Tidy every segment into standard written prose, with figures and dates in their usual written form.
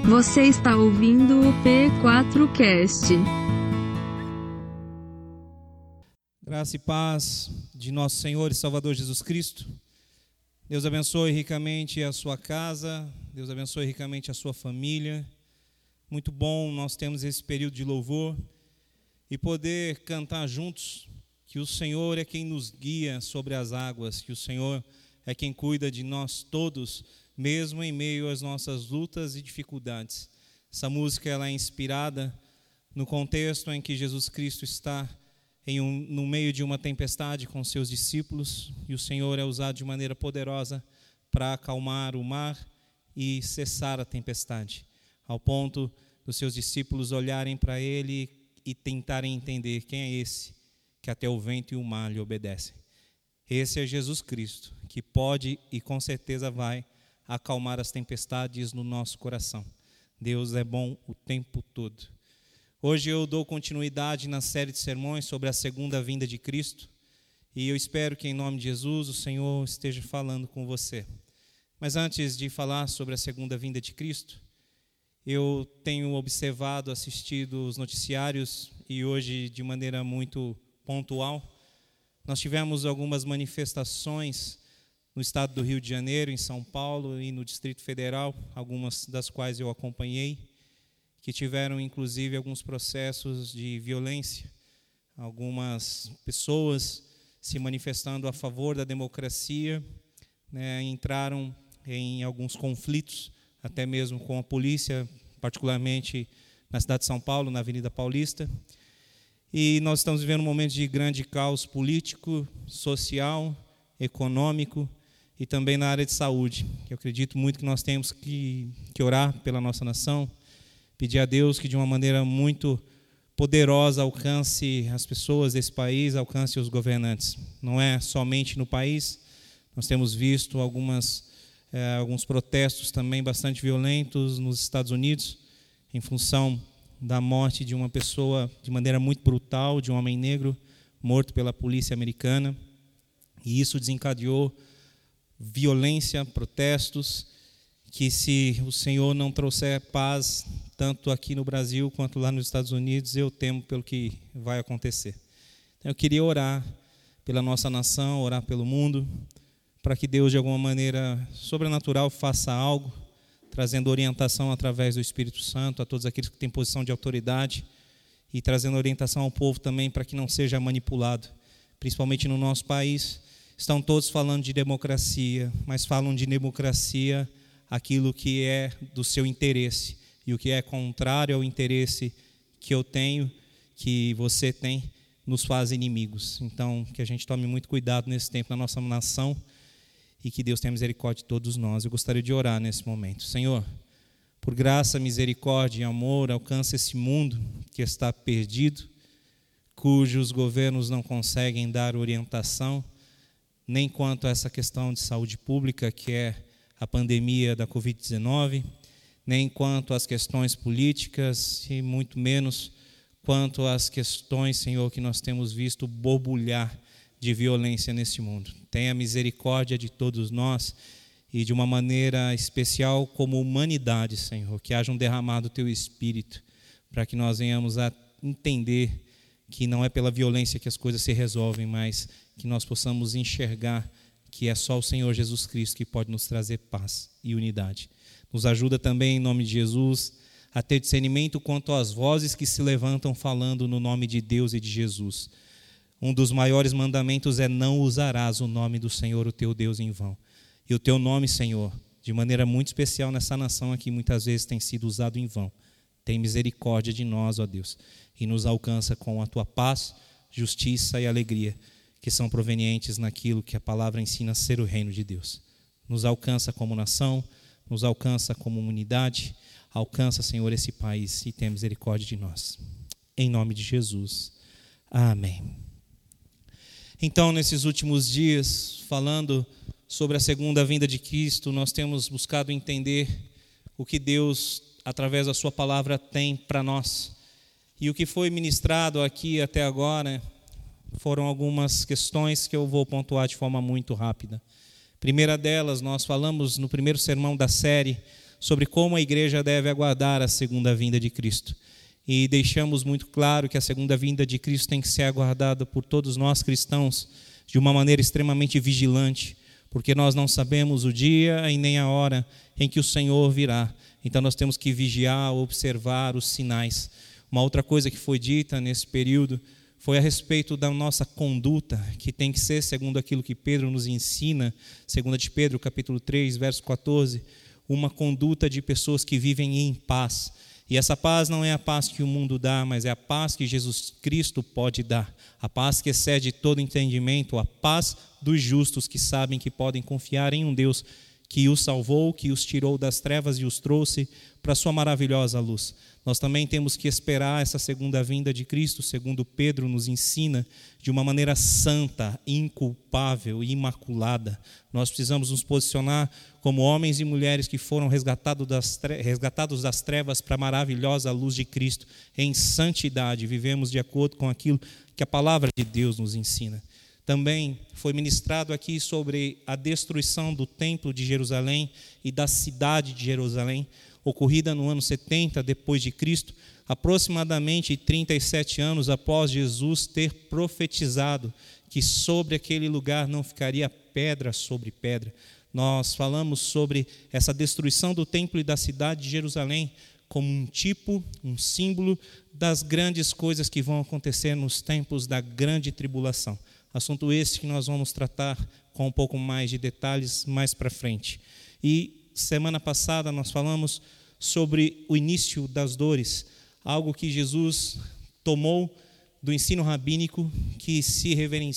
Você está ouvindo o P4Cast. Graça e paz de nosso Senhor e Salvador Jesus Cristo. Deus abençoe ricamente a sua casa, Deus abençoe ricamente a sua família. Muito bom nós temos esse período de louvor e poder cantar juntos que o Senhor é quem nos guia sobre as águas, que o Senhor é quem cuida de nós todos, mesmo em meio às nossas lutas e dificuldades. Essa música ela é inspirada no contexto em que Jesus Cristo está no meio de uma tempestade com seus discípulos, e o Senhor é usado de maneira poderosa para acalmar o mar e cessar a tempestade, ao ponto dos seus discípulos olharem para ele e tentarem entender quem é esse que até o vento e o mar lhe obedecem. Esse é Jesus Cristo, que pode e com certeza vai acalmar as tempestades no nosso coração. Deus é bom o tempo todo. Hoje eu dou continuidade na série de sermões sobre a segunda vinda de Cristo, e eu espero que em nome de Jesus o Senhor esteja falando com você. Mas antes de falar sobre a segunda vinda de Cristo, eu tenho observado, assistido os noticiários, e hoje de maneira muito pontual, nós tivemos algumas manifestações no estado do Rio de Janeiro, em São Paulo e no Distrito Federal, algumas das quais eu acompanhei, que tiveram inclusive alguns processos de violência, algumas pessoas se manifestando a favor da democracia, entraram em alguns conflitos, até mesmo com a polícia, particularmente na cidade de São Paulo, na Avenida Paulista. E nós estamos vivendo um momento de grande caos político, social, econômico e também na área de saúde. Eu acredito muito que nós temos que orar pela nossa nação, pedir a Deus que de uma maneira muito poderosa alcance as pessoas desse país, alcance os governantes. Não é somente no país, nós temos visto alguns protestos também bastante violentos nos Estados Unidos, em função da morte de uma pessoa de maneira muito brutal, de um homem negro, morto pela polícia americana. E isso desencadeou violência, protestos, que se o Senhor não trouxer paz, tanto aqui no Brasil quanto lá nos Estados Unidos, eu temo pelo que vai acontecer. Então, eu queria orar pela nossa nação, orar pelo mundo, para que Deus, de alguma maneira sobrenatural, faça algo, trazendo orientação através do Espírito Santo a todos aqueles que têm posição de autoridade e trazendo orientação ao povo também para que não seja manipulado, principalmente no nosso país. Estão todos falando de democracia, mas falam de democracia aquilo que é do seu interesse, e o que é contrário ao interesse que eu tenho, que você tem, nos faz inimigos. Então, que a gente tome muito cuidado nesse tempo na nossa nação e que Deus tenha misericórdia de todos nós. Eu gostaria de orar nesse momento. Senhor, por graça, misericórdia e amor, alcança esse mundo que está perdido, cujos governos não conseguem dar orientação, nem quanto a essa questão de saúde pública, que é a pandemia da Covid-19, nem quanto às questões políticas e muito menos quanto às questões, Senhor, que nós temos visto borbulhar de violência nesse mundo. Tenha misericórdia de todos nós e de uma maneira especial como humanidade, Senhor, que haja um derramado do Teu Espírito, para que nós venhamos a entender que não é pela violência que as coisas se resolvem, mas que nós possamos enxergar que é só o Senhor Jesus Cristo que pode nos trazer paz e unidade. Nos ajuda também, em nome de Jesus, a ter discernimento quanto às vozes que se levantam falando no nome de Deus e de Jesus. Um dos maiores mandamentos é: não usarás o nome do Senhor, o teu Deus, em vão. E o teu nome, Senhor, de maneira muito especial nessa nação aqui, muitas vezes tem sido usado em vão. Tem misericórdia de nós, ó Deus, e nos alcança com a tua paz, justiça e alegria, que são provenientes naquilo que a palavra ensina a ser o reino de Deus. Nos alcança como nação, nos alcança como unidade, alcança, Senhor, esse país e tenha misericórdia de nós. Em nome de Jesus. Amém. Então, nesses últimos dias, falando sobre a segunda vinda de Cristo, nós temos buscado entender o que Deus, através da sua palavra, tem para nós. E o que foi ministrado aqui até agora foram algumas questões que eu vou pontuar de forma muito rápida. Primeira delas, nós falamos no primeiro sermão da série sobre como a igreja deve aguardar a segunda vinda de Cristo. E deixamos muito claro que a segunda vinda de Cristo tem que ser aguardada por todos nós cristãos de uma maneira extremamente vigilante, porque nós não sabemos o dia e nem a hora em que o Senhor virá. Então nós temos que vigiar, observar os sinais. Uma outra coisa que foi dita nesse período foi a respeito da nossa conduta, que tem que ser segundo aquilo que Pedro nos ensina, 2 de Pedro, capítulo 3, verso 14, uma conduta de pessoas que vivem em paz. E essa paz não é a paz que o mundo dá, mas é a paz que Jesus Cristo pode dar. A paz que excede todo entendimento, a paz dos justos que sabem que podem confiar em um Deus que os salvou, que os tirou das trevas e os trouxe para a sua maravilhosa luz. Nós também temos que esperar essa segunda vinda de Cristo, segundo Pedro nos ensina, de uma maneira santa, inculpável e imaculada. Nós precisamos nos posicionar como homens e mulheres que foram resgatados das trevas para a maravilhosa luz de Cristo. Em santidade, vivemos de acordo com aquilo que a palavra de Deus nos ensina. Também foi ministrado aqui sobre a destruição do templo de Jerusalém e da cidade de Jerusalém, ocorrida no ano 70 depois de Cristo, aproximadamente 37 anos após Jesus ter profetizado que sobre aquele lugar não ficaria pedra sobre pedra. Nós falamos sobre essa destruição do templo e da cidade de Jerusalém como um tipo, um símbolo das grandes coisas que vão acontecer nos tempos da grande tribulação. Assunto esse que nós vamos tratar com um pouco mais de detalhes mais para frente. E semana passada nós falamos sobre o início das dores, algo que Jesus tomou do ensino rabínico que se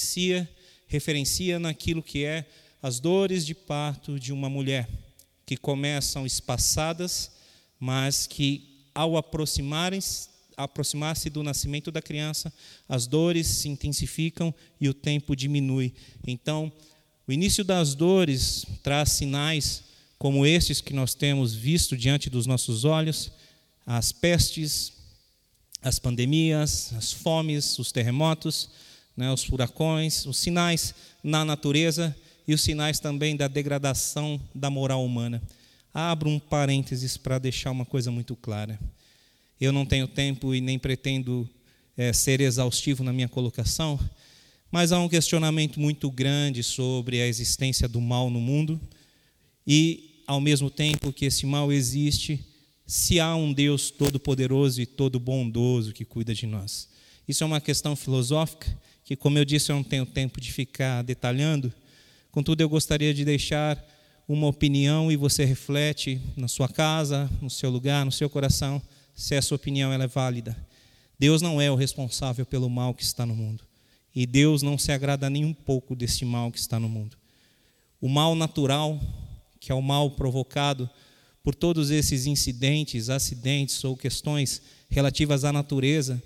referencia naquilo que é as dores de parto de uma mulher, que começam espaçadas, mas que ao aproximar-se do nascimento da criança, as dores se intensificam e o tempo diminui. Então, o início das dores traz sinais como estes que nós temos visto diante dos nossos olhos, as pestes, as pandemias, as fomes, os terremotos, os furacões, os sinais na natureza e os sinais também da degradação da moral humana. Abro um parênteses para deixar uma coisa muito clara. Eu não tenho tempo e nem pretendo ser exaustivo na minha colocação, mas há um questionamento muito grande sobre a existência do mal no mundo e, ao mesmo tempo que esse mal existe, se há um Deus todo-poderoso e todo-bondoso que cuida de nós. Isso é uma questão filosófica que, como eu disse, eu não tenho tempo de ficar detalhando. Contudo, eu gostaria de deixar uma opinião e você reflete na sua casa, no seu lugar, no seu coração, se essa opinião ela é válida. Deus não é o responsável pelo mal que está no mundo. E Deus não se agrada nem um pouco desse mal que está no mundo. O mal natural, que é o mal provocado por todos esses incidentes, acidentes ou questões relativas à natureza,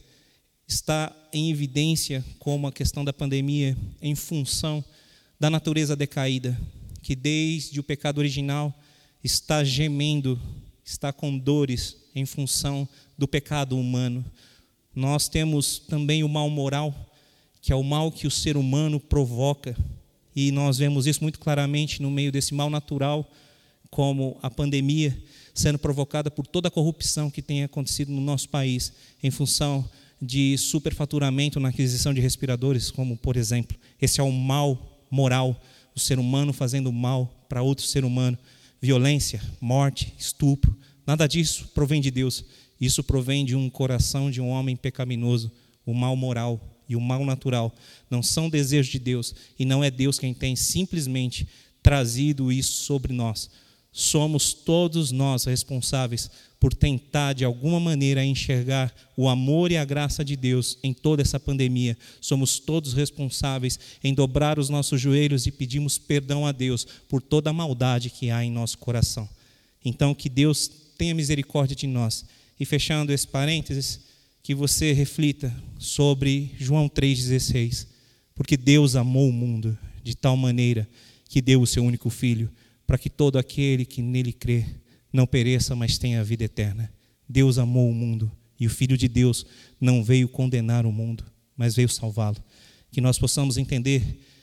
está em evidência como a questão da pandemia em função da natureza decaída, que desde o pecado original está gemendo, está com dores em função do pecado humano. Nós temos também o mal moral, que é o mal que o ser humano provoca, e nós vemos isso muito claramente no meio desse mal natural, como a pandemia, sendo provocada por toda a corrupção que tem acontecido no nosso país, em função de superfaturamento na aquisição de respiradores, como, por exemplo, esse é o mal moral, o ser humano fazendo mal para outro ser humano, violência, morte, estupro, nada disso provém de Deus, isso provém de um coração de um homem pecaminoso. O mal moral e o mal natural não são desejos de Deus, e não é Deus quem tem simplesmente trazido isso sobre nós. Somos todos nós responsáveis por tentar de alguma maneira enxergar o amor e a graça de Deus em toda essa pandemia. Somos todos responsáveis em dobrar os nossos joelhos e pedirmos perdão a Deus por toda a maldade que há em nosso coração. Então que Deus tenha misericórdia de nós. E fechando esse parênteses, que você reflita sobre João 3,16, porque Deus amou o mundo de tal maneira que deu o seu único filho, para que todo aquele que nele crê não pereça, mas tenha a vida eterna. Deus amou o mundo e o Filho de Deus não veio condenar o mundo, mas veio salvá-lo. Que nós possamos entender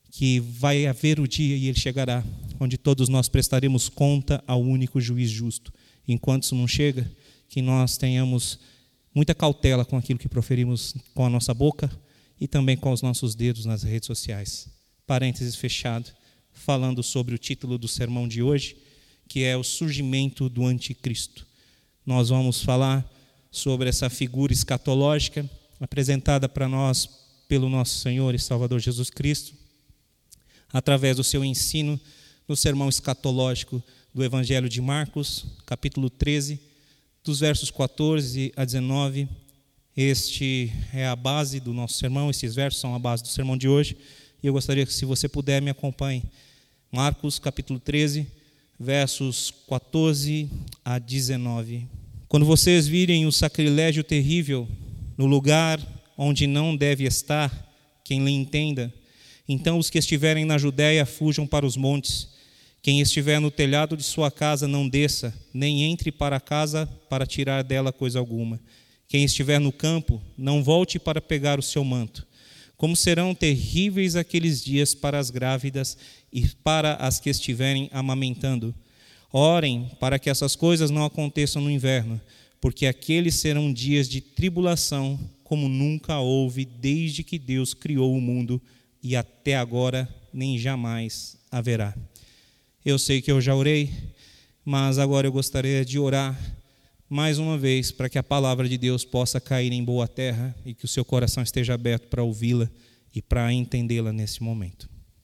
que vai haver o dia, e ele chegará, onde todos nós prestaremos conta ao único juiz justo. Enquanto isso não chega, que nós tenhamos muita cautela com aquilo que proferimos com a nossa boca e também com os nossos dedos nas redes sociais. Parênteses fechado, falando sobre o título do sermão de hoje, que é o surgimento do anticristo. Nós vamos falar sobre essa figura escatológica apresentada para nós pelo nosso Senhor e Salvador Jesus Cristo, através do seu ensino no sermão escatológico do Evangelho de Marcos, capítulo 13, dos versos 14 a 19. Este é a base do nosso sermão, esses versos são a base do sermão de hoje, e eu gostaria que, se você puder, me acompanhe. Marcos, capítulo 13, versos 14 a 19. Quando vocês virem o sacrilégio terrível no lugar onde não deve estar, quem lhe entenda, então os que estiverem na Judéia fujam para os montes. Quem estiver no telhado de sua casa não desça, nem entre para a casa para tirar dela coisa alguma. Quem estiver no campo, não volte para pegar o seu manto. Como serão terríveis aqueles dias para as grávidas e para as que estiverem amamentando. Orem para que essas coisas não aconteçam no inverno, porque aqueles serão dias de tribulação, como nunca houve desde que Deus criou o mundo, e até agora nem jamais haverá. Eu sei que eu já orei, mas agora eu gostaria de orar mais uma vez para que a palavra de Deus possa cair em boa terra e que o seu coração esteja aberto para ouvi-la e para entendê-la nesse momento.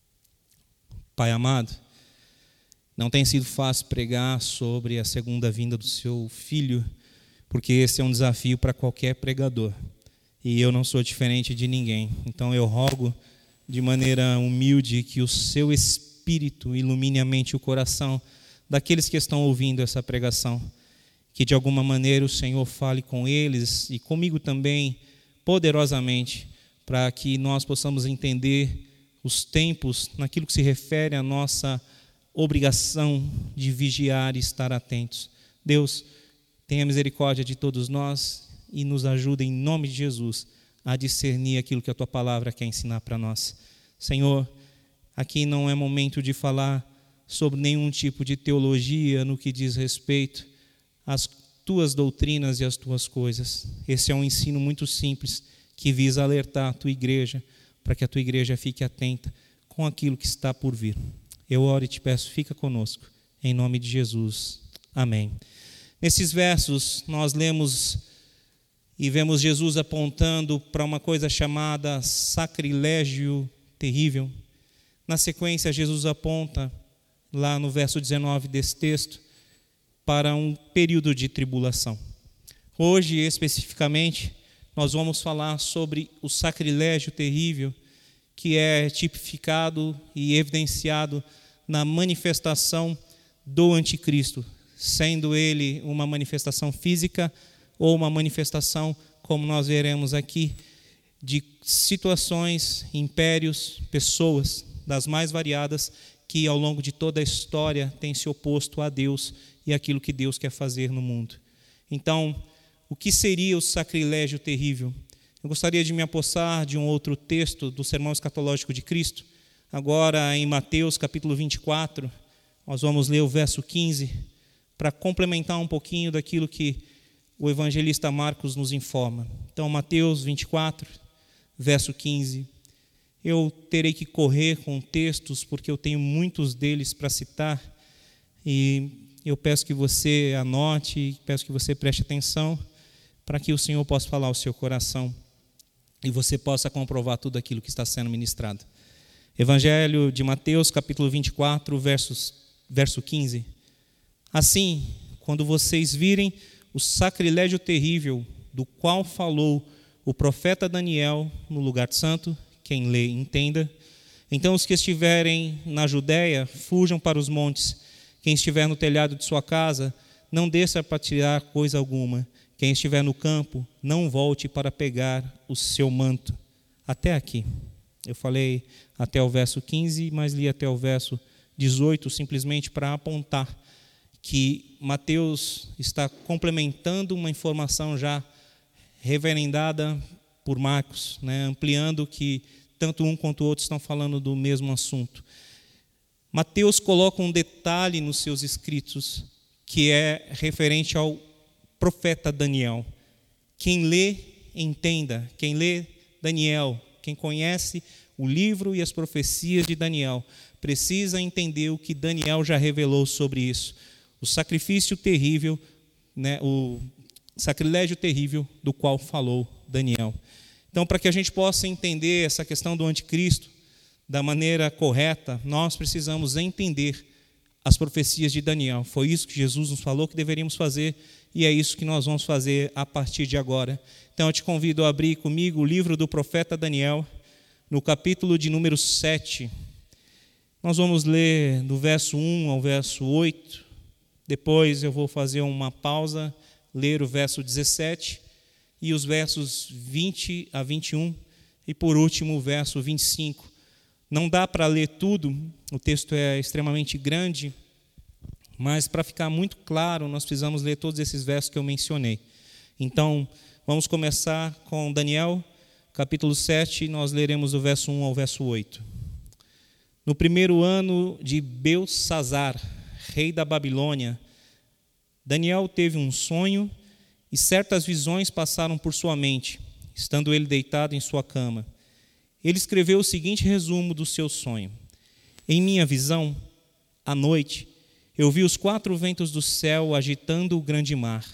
Pai amado, não tem sido fácil pregar sobre a segunda vinda do seu Filho, porque esse é um desafio para qualquer pregador, e eu não sou diferente de ninguém. Então eu rogo de maneira humilde que o seu Espírito ilumine a mente e o coração daqueles que estão ouvindo essa pregação, que de alguma maneira o Senhor fale com eles e comigo também poderosamente, para que nós possamos entender os tempos naquilo que se refere à nossa obrigação de vigiar e estar atentos. Deus, tenha misericórdia de todos nós e nos ajude em nome de Jesus a discernir aquilo que a Tua palavra quer ensinar para nós. Senhor, aqui não é momento de falar sobre nenhum tipo de teologia no que diz respeito às Tuas doutrinas e às Tuas coisas. Esse é um ensino muito simples que visa alertar a Tua igreja, para que a Tua igreja fique atenta com aquilo que está por vir. Eu oro e te peço, fica conosco, em nome de Jesus. Amém. Nesses versos nós lemos e vemos Jesus apontando para uma coisa chamada sacrilégio terrível. Na sequência, Jesus aponta, lá no verso 19 desse texto, para um período de tribulação. Hoje, especificamente, nós vamos falar sobre o sacrilégio terrível, que é tipificado e evidenciado na manifestação do anticristo, sendo ele uma manifestação física ou uma manifestação, como nós veremos aqui, de situações, impérios, pessoas das mais variadas que ao longo de toda a história têm se oposto a Deus e aquilo que Deus quer fazer no mundo. Então, o que seria o sacrilégio terrível? Eu gostaria de me apossar de um outro texto do Sermão Escatológico de Cristo, agora em Mateus capítulo 24, nós vamos ler o verso 15, para complementar um pouquinho daquilo que o evangelista Marcos nos informa. Então, Mateus 24, verso 15. Eu terei que correr com textos, porque eu tenho muitos deles para citar, e eu peço que você anote, peço que você preste atenção, para que o Senhor possa falar ao seu coração e você possa comprovar tudo aquilo que está sendo ministrado. Evangelho de Mateus, capítulo 24, verso 15. Assim, quando vocês virem o sacrilégio terrível do qual falou o profeta Daniel no lugar santo, quem lê entenda, então os que estiverem na Judéia fujam para os montes. Quem estiver no telhado de sua casa, não desça para tirar coisa alguma. Quem estiver no campo, não volte para pegar o seu manto. Até aqui. Eu falei até o verso 15, mas li até o verso 18, simplesmente para apontar que Mateus está complementando uma informação já reverendada por Marcos, ampliando que tanto um quanto o outro estão falando do mesmo assunto. Mateus coloca um detalhe nos seus escritos que é referente ao profeta Daniel. Quem lê, entenda. Quem lê Daniel, quem conhece o livro e as profecias de Daniel, precisa entender o que Daniel já revelou sobre isso. O sacrifício terrível, o sacrilégio terrível do qual falou Daniel. Então, para que a gente possa entender essa questão do anticristo da maneira correta, nós precisamos entender as profecias de Daniel. Foi isso que Jesus nos falou que deveríamos fazer, e é isso que nós vamos fazer a partir de agora. Então, eu te convido a abrir comigo o livro do profeta Daniel, no capítulo de número 7. Nós vamos ler do verso 1 ao verso 8. Depois eu vou fazer uma pausa, ler o verso 17 e os versos 20 a 21 e, por último, o verso 25. Não dá para ler tudo, o texto é extremamente grande, mas para ficar muito claro, nós precisamos ler todos esses versos que eu mencionei. Então, vamos começar com Daniel, capítulo 7, nós leremos do verso 1 ao verso 8. No primeiro ano de Belsassar, rei da Babilônia, Daniel teve um sonho e certas visões passaram por sua mente, estando ele deitado em sua cama. Ele escreveu o seguinte resumo do seu sonho. Em minha visão, à noite, eu vi os 4 ventos do céu agitando o grande mar.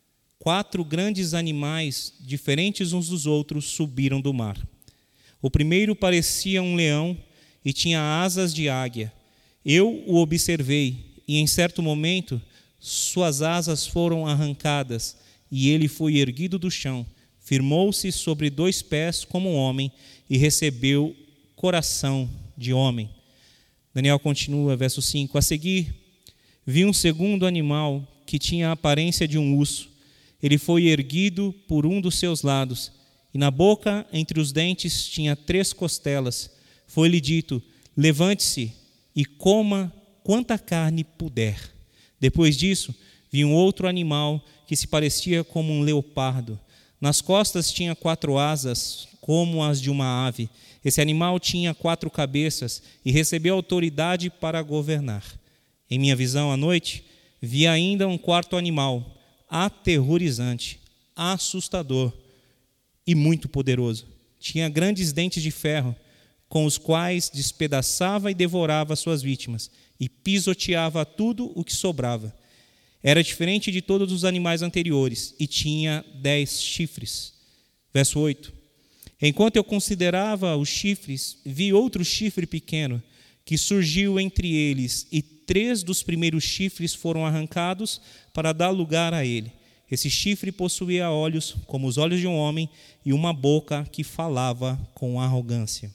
4 grandes animais, diferentes uns dos outros, subiram do mar. O primeiro parecia um leão e tinha asas de águia. Eu o observei, e em certo momento suas asas foram arrancadas, e ele foi erguido do chão, firmou-se sobre 2 pés como um homem, e recebeu coração de homem. Daniel continua, verso 5. A seguir, vi um segundo animal que tinha a aparência de um urso. Ele foi erguido por um dos seus lados, e na boca, entre os dentes, tinha 3 costelas. Foi-lhe dito, levante-se e coma quanta carne puder. Depois disso, vi um outro animal que se parecia como um leopardo. Nas costas tinha 4 asas, como as de uma ave. Esse animal tinha 4 cabeças e recebeu autoridade para governar. Em minha visão à noite, vi ainda um 4º animal, aterrorizante, assustador e muito poderoso. Tinha grandes dentes de ferro, com os quais despedaçava e devorava suas vítimas, e pisoteava tudo o que sobrava. Era diferente de todos os animais anteriores, e tinha 10 chifres. Verso 8. Enquanto eu considerava os chifres, vi outro chifre pequeno, que surgiu entre eles, e 3 dos primeiros chifres foram arrancados para dar lugar a ele. Esse chifre possuía olhos como os olhos de um homem, e uma boca que falava com arrogância.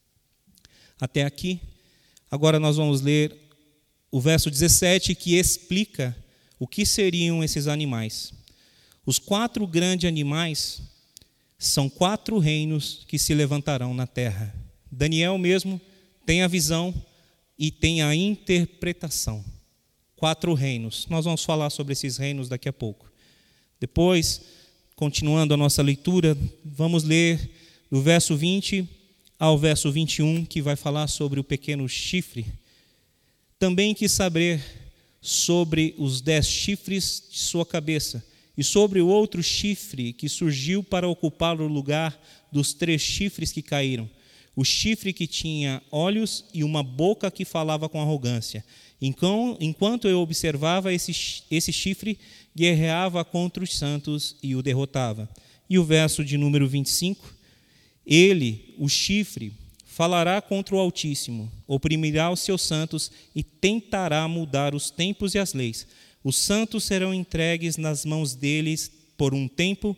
Até aqui. Agora nós vamos ler o verso 17, que explica o que seriam esses animais. Os 4 grandes animais são 4 reinos que se levantarão na terra. Daniel mesmo tem a visão e tem a interpretação. 4 reinos. Nós vamos falar sobre esses reinos daqui a pouco. Depois, continuando a nossa leitura, vamos ler do verso 20 ao verso 21, que vai falar sobre o pequeno chifre. Também quis saber sobre os 10 chifres de sua cabeça e sobre o outro chifre que surgiu para ocupar o lugar dos 3 chifres que caíram. O chifre que tinha olhos e uma boca que falava com arrogância. Enquanto eu observava esse chifre, guerreava contra os santos e o derrotava. E o verso de número 25, ele, o chifre, falará contra o Altíssimo, oprimirá os seus santos e tentará mudar os tempos e as leis. Os santos serão entregues nas mãos deles por um tempo,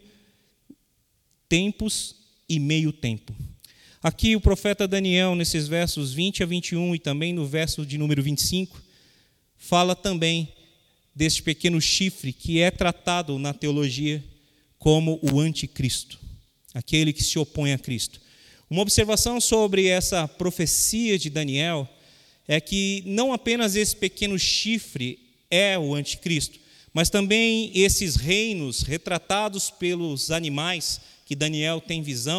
tempos e meio tempo. Aqui o profeta Daniel, nesses versos 20 a 21 e também no verso de número 25, fala também deste pequeno chifre que é tratado na teologia como o anticristo, aquele que se opõe a Cristo. Uma observação sobre essa profecia de Daniel é que não apenas esse pequeno chifre é o anticristo, mas também esses reinos retratados pelos animais que Daniel tem visão,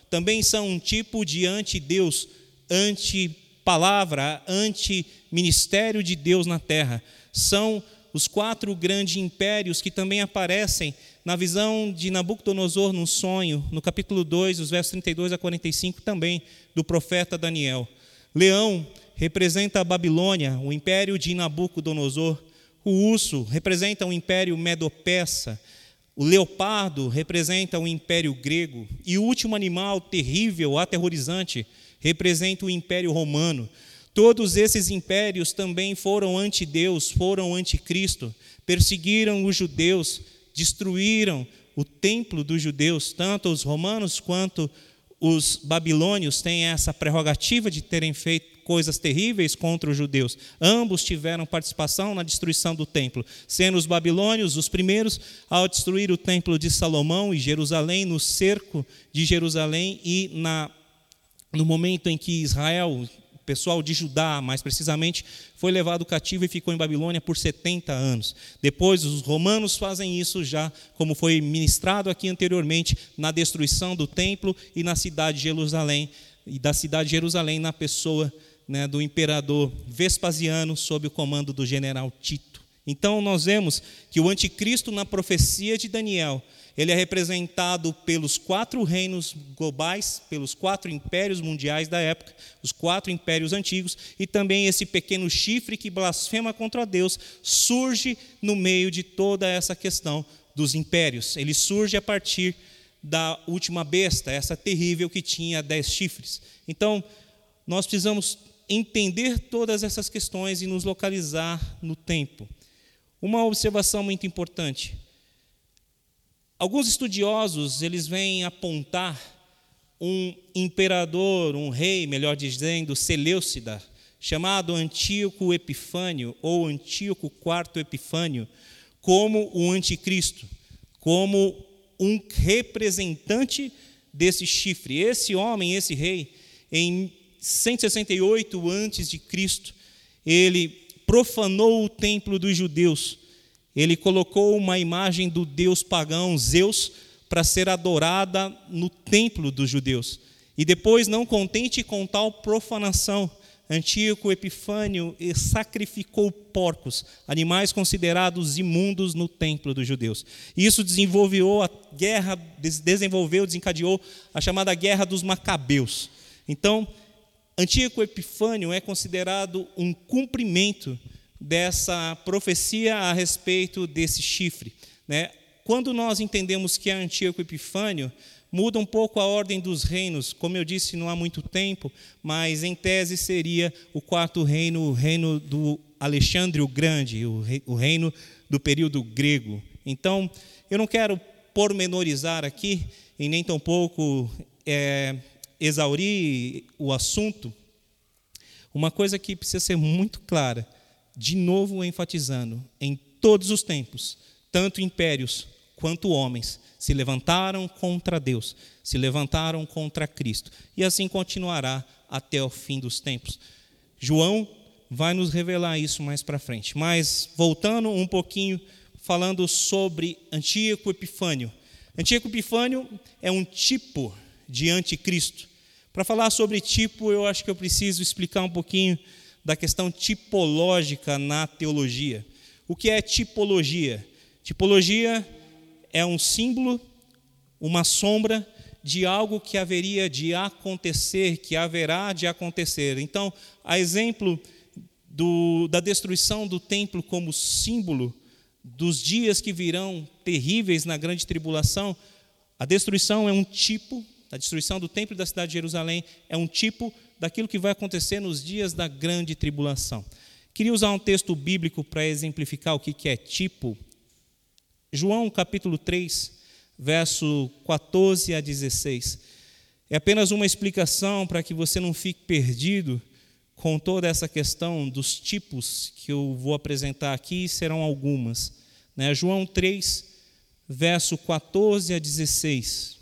também são um tipo de anti-Deus, anti-palavra, anti-ministério de Deus na terra. São os 4 grandes impérios que também aparecem na visão de Nabucodonosor num sonho, no capítulo 2, os versos 32 a 45, também do profeta Daniel. Leão representa a Babilônia, o império de Nabucodonosor. O urso representa o império medo-persa. O leopardo representa o império grego. E o último animal terrível, aterrorizante, representa o império romano. Todos esses impérios também foram anti-Deus, foram anticristo, perseguiram os judeus, destruíram o templo dos judeus. Tanto os romanos quanto os babilônios têm essa prerrogativa de terem feito coisas terríveis contra os judeus. Ambos tiveram participação na destruição do templo, sendo os babilônios os primeiros ao destruir o templo de Salomão e Jerusalém, no cerco de Jerusalém e no momento em que Israel, o pessoal de Judá, mais precisamente, foi levado cativo e ficou em Babilônia por 70 anos. Depois, os romanos fazem isso já, como foi ministrado aqui anteriormente, na destruição do templo e na cidade de Jerusalém, e da cidade de Jerusalém na pessoa, do imperador Vespasiano, sob o comando do general Tito. Então, nós vemos que o anticristo, na profecia de Daniel, ele é representado pelos 4 reinos globais, pelos 4 impérios mundiais da época, os 4 impérios antigos, e também esse pequeno chifre que blasfema contra Deus surge no meio de toda essa questão dos impérios. Ele surge a partir da última besta, essa terrível que tinha 10 chifres. Então, nós precisamos entender todas essas questões e nos localizar no tempo. Uma observação muito importante. Alguns estudiosos, eles vêm apontar um imperador, um rei, melhor dizendo, Seleucida, chamado Antíoco Epifânio, ou Antíoco IV Epifânio, como o anticristo, como um representante desse chifre. Esse homem, esse rei, em 168 a.C., ele profanou o templo dos judeus. Ele colocou uma imagem do deus pagão Zeus para ser adorada no templo dos judeus. E depois, não contente com tal profanação, Antíoco Epifânio sacrificou porcos, animais considerados imundos, no templo dos judeus. Isso desencadeou a chamada Guerra dos Macabeus. Então, Antíoco Epifânio é considerado um cumprimento dessa profecia a respeito desse chifre. Quando nós entendemos que é Antíoco Epifânio, muda um pouco a ordem dos reinos. Como eu disse, não há muito tempo, mas em tese seria o 4º reino, o reino do Alexandre o Grande, o reino do período grego. Então, eu não quero pormenorizar aqui, e nem tampouco exaurir o assunto. Uma coisa que precisa ser muito clara, de novo enfatizando, em todos os tempos, tanto impérios quanto homens se levantaram contra Deus, se levantaram contra Cristo, e assim continuará até o fim dos tempos. João vai nos revelar isso mais para frente. Mas, voltando um pouquinho, falando sobre Antíoco Epifânio. Antíoco Epifânio é um tipo de anticristo. Para falar sobre tipo, eu acho que eu preciso explicar um pouquinho da questão tipológica na teologia. O que é tipologia? Tipologia é um símbolo, uma sombra de algo que haveria de acontecer, que haverá de acontecer. Então, a exemplo da destruição do templo como símbolo dos dias que virão terríveis na grande tribulação, a destruição é um tipo, a destruição do templo e da cidade de Jerusalém é um tipo daquilo que vai acontecer nos dias da grande tribulação. Queria usar um texto bíblico para exemplificar o que é tipo. João capítulo 3, verso 14 a 16. É apenas uma explicação para que você não fique perdido com toda essa questão dos tipos que eu vou apresentar aqui, serão algumas. João 3, verso 14 a 16.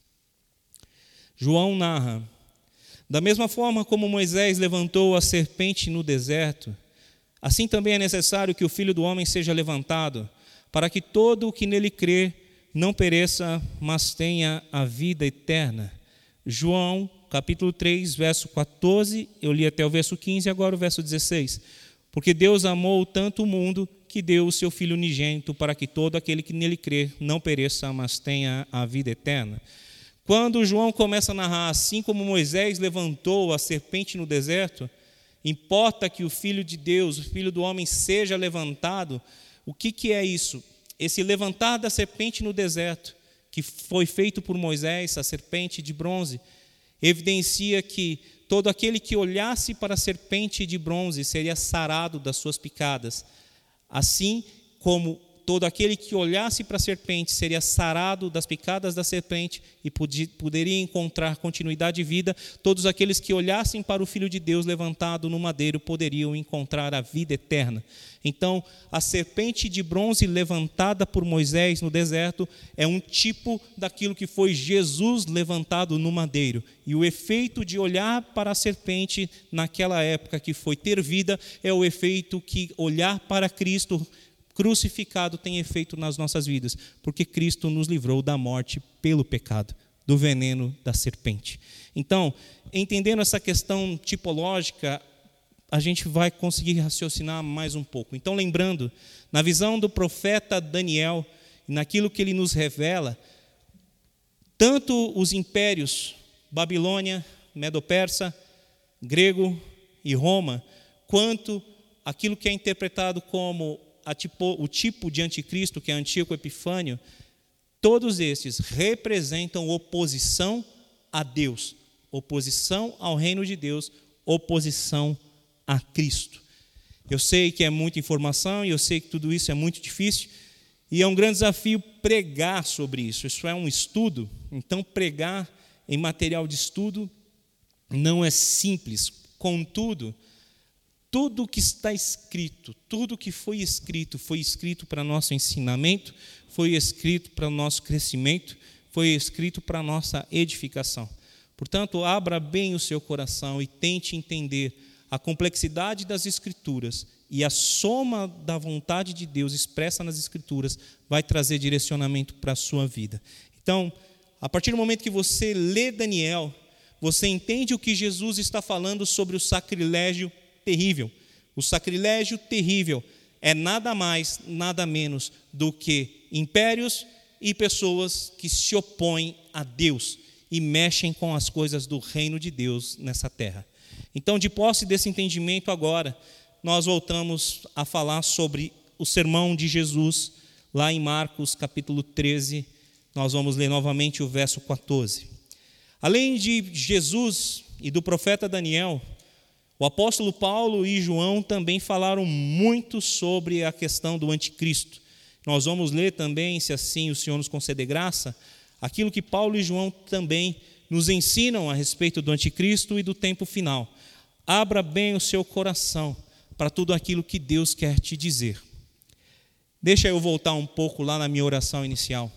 João narra: da mesma forma como Moisés levantou a serpente no deserto, assim também é necessário que o Filho do Homem seja levantado, para que todo o que nele crê não pereça, mas tenha a vida eterna. João, capítulo 3, verso 14, eu li até o verso 15, agora o verso 16. Porque Deus amou tanto o mundo que deu o seu Filho unigênito para que todo aquele que nele crê não pereça, mas tenha a vida eterna. Quando João começa a narrar, assim como Moisés levantou a serpente no deserto, importa que o Filho de Deus, o Filho do homem, seja levantado. O que é isso? Esse levantar da serpente no deserto, que foi feito por Moisés, a serpente de bronze, evidencia que todo aquele que olhasse para a serpente de bronze seria sarado das suas picadas, assim como todo aquele que olhasse para a serpente seria sarado das picadas da serpente e poderia encontrar continuidade de vida. Todos aqueles que olhassem para o Filho de Deus levantado no madeiro poderiam encontrar a vida eterna. Então, a serpente de bronze levantada por Moisés no deserto é um tipo daquilo que foi Jesus levantado no madeiro. E o efeito de olhar para a serpente naquela época, que foi ter vida, é o efeito que olhar para Cristo crucificado tem efeito nas nossas vidas, porque Cristo nos livrou da morte pelo pecado, do veneno da serpente. Então, entendendo essa questão tipológica, a gente vai conseguir raciocinar mais um pouco. Então, lembrando, na visão do profeta Daniel, naquilo que ele nos revela, tanto os impérios, Babilônia, Medo-Persa, grego e Roma, quanto aquilo que é interpretado como o tipo de anticristo, que é Antíoco Epifânio, todos esses representam oposição a Deus, oposição ao reino de Deus, oposição a Cristo. Eu sei que é muita informação e eu sei que tudo isso é muito difícil e é um grande desafio pregar sobre isso. Isso é um estudo, então pregar em material de estudo não é simples. Contudo, tudo que está escrito, tudo que foi escrito para nosso ensinamento, foi escrito para o nosso crescimento, foi escrito para a nossa edificação. Portanto, abra bem o seu coração e tente entender a complexidade das Escrituras e a soma da vontade de Deus expressa nas Escrituras vai trazer direcionamento para a sua vida. Então, a partir do momento que você lê Daniel, você entende o que Jesus está falando sobre o sacrilégio terrível. O sacrilégio terrível é nada mais, nada menos do que impérios e pessoas que se opõem a Deus e mexem com as coisas do reino de Deus nessa terra. Então, de posse desse entendimento agora, nós voltamos a falar sobre o sermão de Jesus, lá em Marcos capítulo 13, nós vamos ler novamente o verso 14. Além de Jesus e do profeta Daniel, o apóstolo Paulo e João também falaram muito sobre a questão do anticristo. Nós vamos ler também, se assim o Senhor nos conceder graça, aquilo que Paulo e João também nos ensinam a respeito do anticristo e do tempo final. Abra bem o seu coração para tudo aquilo que Deus quer te dizer. Deixa eu voltar um pouco lá na minha oração inicial.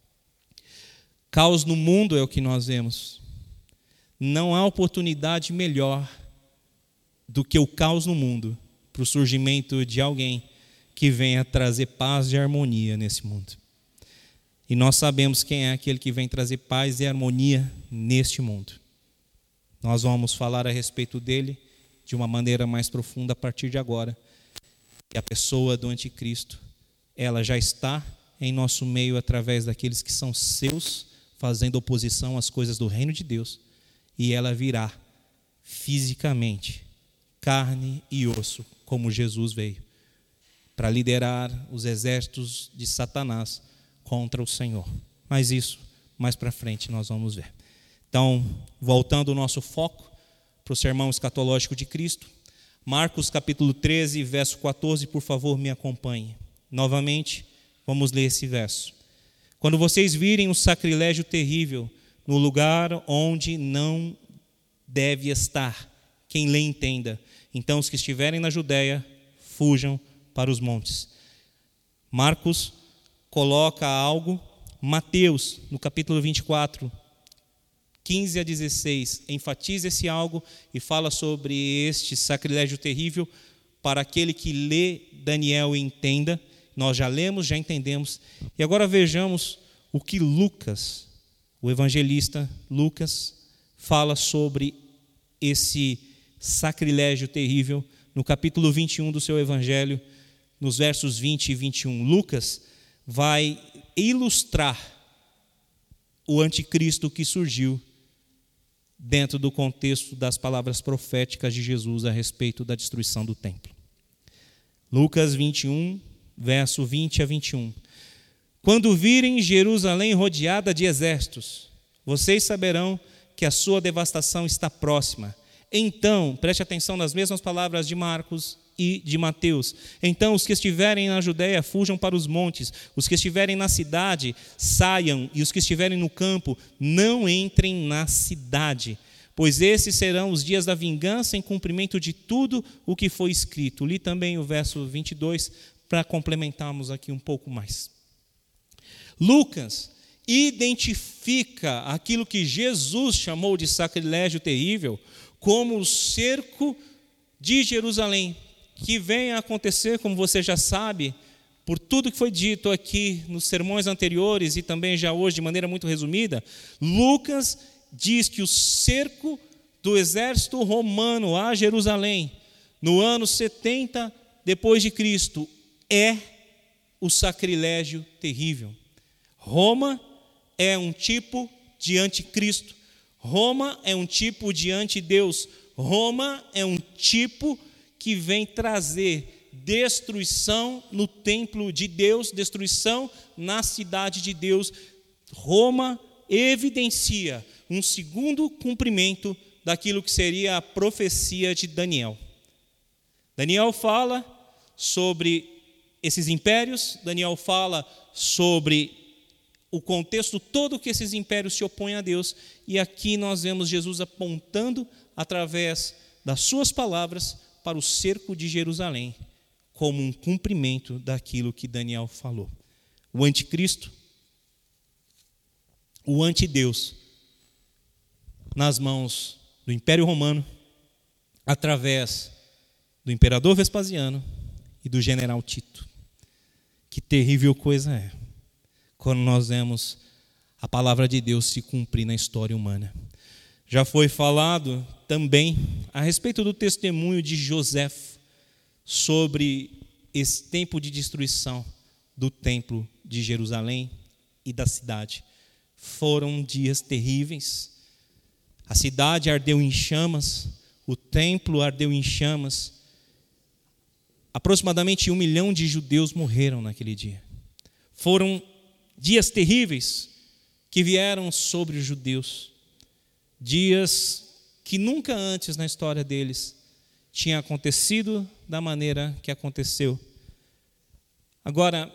Caos no mundo é o que nós vemos. Não há oportunidade melhor do que o caos no mundo para o surgimento de alguém que venha trazer paz e harmonia nesse mundo. E nós sabemos quem é aquele que vem trazer paz e harmonia neste mundo. Nós vamos falar a respeito dele de uma maneira mais profunda a partir de agora. E a pessoa do anticristo, ela já está em nosso meio através daqueles que são seus, fazendo oposição às coisas do reino de Deus. E ela virá fisicamente, carne e osso, como Jesus veio, para liderar os exércitos de Satanás contra o Senhor. Mas isso, mais para frente, nós vamos ver. Então, voltando o nosso foco para o sermão escatológico de Cristo, Marcos capítulo 13, verso 14, por favor, me acompanhe. Novamente, vamos ler esse verso. Quando vocês virem um sacrilégio terrível no lugar onde não deve estar, quem lê entenda. Então, os que estiverem na Judéia, fujam para os montes. Marcos coloca algo, Mateus, no capítulo 24, 15 a 16, enfatiza esse algo e fala sobre este sacrilégio terrível para aquele que lê Daniel e entenda. Nós já lemos, já entendemos. E agora vejamos o que Lucas, o evangelista Lucas, fala sobre esse sacrilégio terrível no capítulo 21 do seu evangelho, nos versos 20 e 21. Lucas vai ilustrar o anticristo que surgiu dentro do contexto das palavras proféticas de Jesus a respeito da destruição do templo. Lucas 21, verso 20 a 21. Quando virem Jerusalém rodeada de exércitos, vocês saberão que a sua devastação está próxima. Então, preste atenção nas mesmas palavras de Marcos e de Mateus. Então, os que estiverem na Judéia, fujam para os montes. Os que estiverem na cidade, saiam. E os que estiverem no campo, não entrem na cidade. Pois esses serão os dias da vingança em cumprimento de tudo o que foi escrito. Li também o verso 22 para complementarmos aqui um pouco mais. Lucas identifica aquilo que Jesus chamou de sacrilégio terrível como o cerco de Jerusalém, que vem a acontecer, como você já sabe, por tudo que foi dito aqui nos sermões anteriores e também já hoje de maneira muito resumida. Lucas diz que o cerco do exército romano a Jerusalém no ano 70 depois de Cristo é o sacrilégio terrível. Roma é um tipo de anticristo. Roma é um tipo de antideus. Roma é um tipo que vem trazer destruição no templo de Deus, destruição na cidade de Deus. Roma evidencia um segundo cumprimento daquilo que seria a profecia de Daniel. Daniel fala sobre esses impérios, Daniel fala sobre o contexto todo que esses impérios se opõem a Deus, e aqui nós vemos Jesus apontando através das suas palavras para o cerco de Jerusalém, como um cumprimento daquilo que Daniel falou. O anticristo, o antideus, nas mãos do Império Romano, através do imperador Vespasiano e do general Tito. Que terrível coisa é quando nós vemos a palavra de Deus se cumprir na história humana. Já foi falado também a respeito do testemunho de José sobre esse tempo de destruição do templo de Jerusalém e da cidade. Foram dias terríveis. A cidade ardeu em chamas, o templo ardeu em chamas. Aproximadamente 1 milhão de judeus morreram naquele dia. Foram dias terríveis que vieram sobre os judeus. Dias que nunca antes na história deles tinha acontecido da maneira que aconteceu. Agora,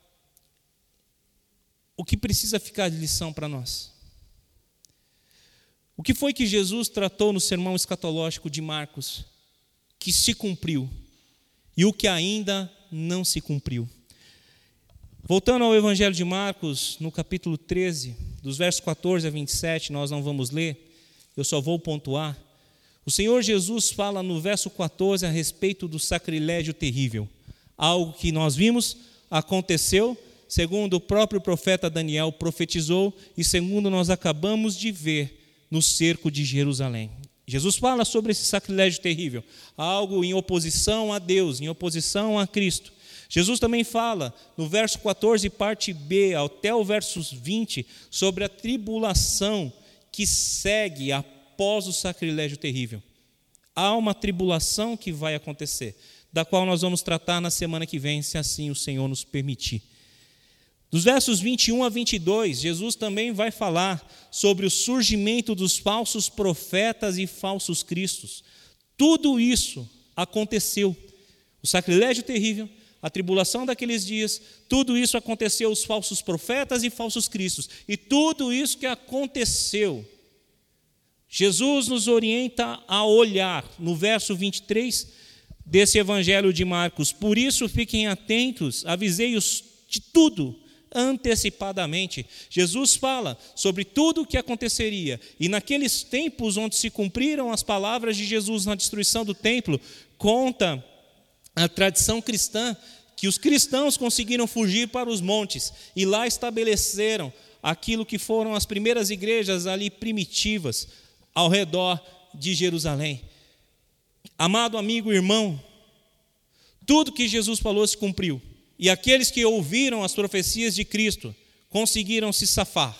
o que precisa ficar de lição para nós? O que foi que Jesus tratou no sermão escatológico de Marcos, que se cumpriu, e o que ainda não se cumpriu? Voltando ao Evangelho de Marcos, no capítulo 13, dos versos 14 a 27, nós não vamos ler, eu só vou pontuar. O Senhor Jesus fala no verso 14 a respeito do sacrilégio terrível. Algo que nós vimos, aconteceu, segundo o próprio profeta Daniel profetizou, e segundo nós acabamos de ver no cerco de Jerusalém. Jesus fala sobre esse sacrilégio terrível, algo em oposição a Deus, em oposição a Cristo. Jesus também fala, no verso 14, parte B, até o verso 20, sobre a tribulação que segue após o sacrilégio terrível. Há uma tribulação que vai acontecer, da qual nós vamos tratar na semana que vem, se assim o Senhor nos permitir. Dos versos 21 a 22, Jesus também vai falar sobre o surgimento dos falsos profetas e falsos cristos. Tudo isso aconteceu. O sacrilégio terrível, a tribulação daqueles dias, tudo isso aconteceu, os falsos profetas e falsos cristos. E tudo isso que aconteceu, Jesus nos orienta a olhar no verso 23 desse evangelho de Marcos. Por isso fiquem atentos, avisei-os de tudo antecipadamente. Jesus fala sobre tudo o que aconteceria, e naqueles tempos onde se cumpriram as palavras de Jesus na destruição do templo, conta a tradição cristã que os cristãos conseguiram fugir para os montes e lá estabeleceram aquilo que foram as primeiras igrejas ali primitivas, ao redor de Jerusalém. Amado amigo e irmão, tudo que Jesus falou se cumpriu. E aqueles que ouviram as profecias de Cristo conseguiram se safar.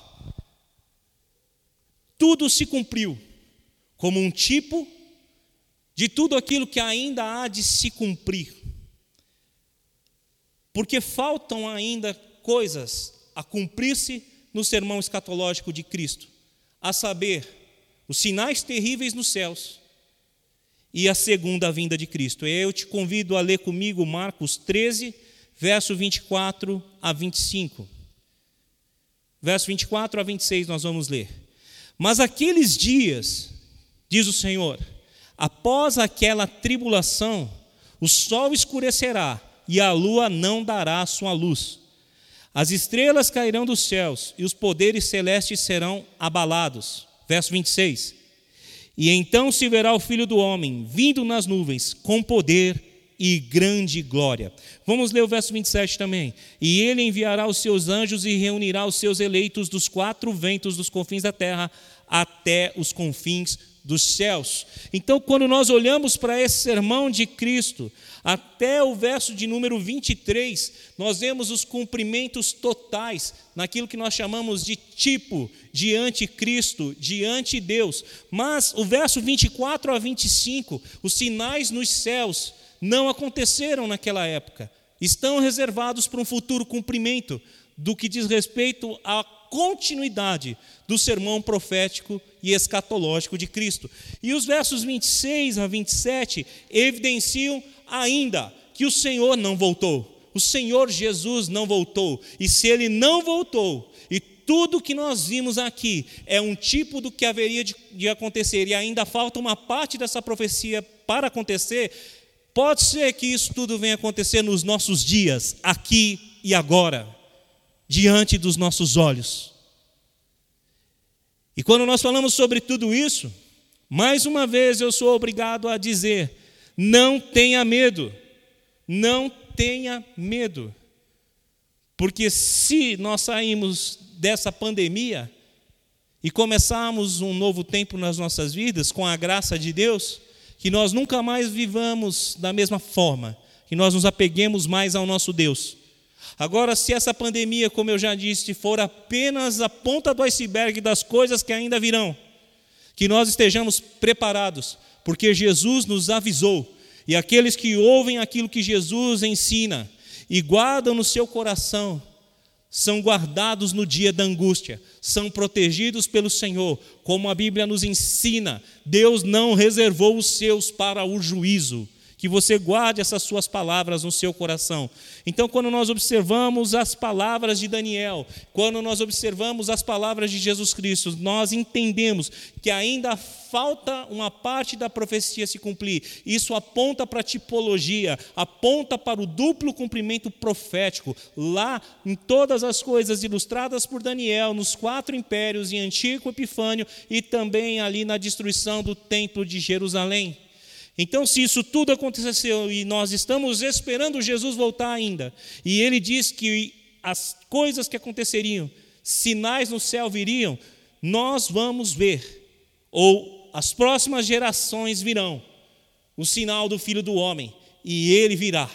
Tudo se cumpriu como um tipo de tudo aquilo que ainda há de se cumprir. Porque faltam ainda coisas a cumprir-se no sermão escatológico de Cristo, a saber, os sinais terríveis nos céus e a segunda vinda de Cristo. Eu te convido a ler comigo Marcos 13, verso 24 a 25. Verso 24 a 26 nós vamos ler. Mas aqueles dias, diz o Senhor, após aquela tribulação, o sol escurecerá e a lua não dará sua luz. As estrelas cairão dos céus e os poderes celestes serão abalados. Verso 26. E então se verá o Filho do Homem vindo nas nuvens com poder e grande glória. Vamos ler o verso 27 também. E ele enviará os seus anjos e reunirá os seus eleitos dos quatro ventos dos confins da terra até os confins dos céus. Então, quando nós olhamos para esse sermão de Cristo, até o verso de número 23, nós vemos os cumprimentos totais naquilo que nós chamamos de tipo, de anticristo, de antideus. Mas o verso 24 a 25, os sinais nos céus não aconteceram naquela época. Estão reservados para um futuro cumprimento do que diz respeito à continuidade do sermão profético e escatológico de Cristo. E os versos 26 a 27 evidenciam ainda que o Senhor não voltou. O Senhor Jesus não voltou. E se Ele não voltou, e tudo que nós vimos aqui é um tipo do que haveria de acontecer, e ainda falta uma parte dessa profecia para acontecer, pode ser que isso tudo venha acontecer nos nossos dias, aqui e agora, diante dos nossos olhos. E quando nós falamos sobre tudo isso, mais uma vez eu sou obrigado a dizer: não tenha medo, não tenha medo, porque se nós sairmos dessa pandemia e começarmos um novo tempo nas nossas vidas, com a graça de Deus, que nós nunca mais vivamos da mesma forma, que nós nos apeguemos mais ao nosso Deus. Agora, se essa pandemia, como eu já disse, for apenas a ponta do iceberg das coisas que ainda virão, que nós estejamos preparados, porque Jesus nos avisou, e aqueles que ouvem aquilo que Jesus ensina e guardam no seu coração, são guardados no dia da angústia, são protegidos pelo Senhor, como a Bíblia nos ensina. Deus não reservou os seus para o juízo. Que você guarde essas suas palavras no seu coração. Então, quando nós observamos as palavras de Daniel, quando nós observamos as palavras de Jesus Cristo, nós entendemos que ainda falta uma parte da profecia se cumprir. Isso aponta para a tipologia, aponta para o duplo cumprimento profético. Lá, em todas as coisas ilustradas por Daniel, nos 4 impérios, em Antíoco Epifânio e também ali na destruição do templo de Jerusalém. Então, se isso tudo aconteceu e nós estamos esperando Jesus voltar ainda, e ele diz que as coisas que aconteceriam, sinais no céu viriam, nós vamos ver, ou as próximas gerações virão, o sinal do Filho do Homem, e ele virá.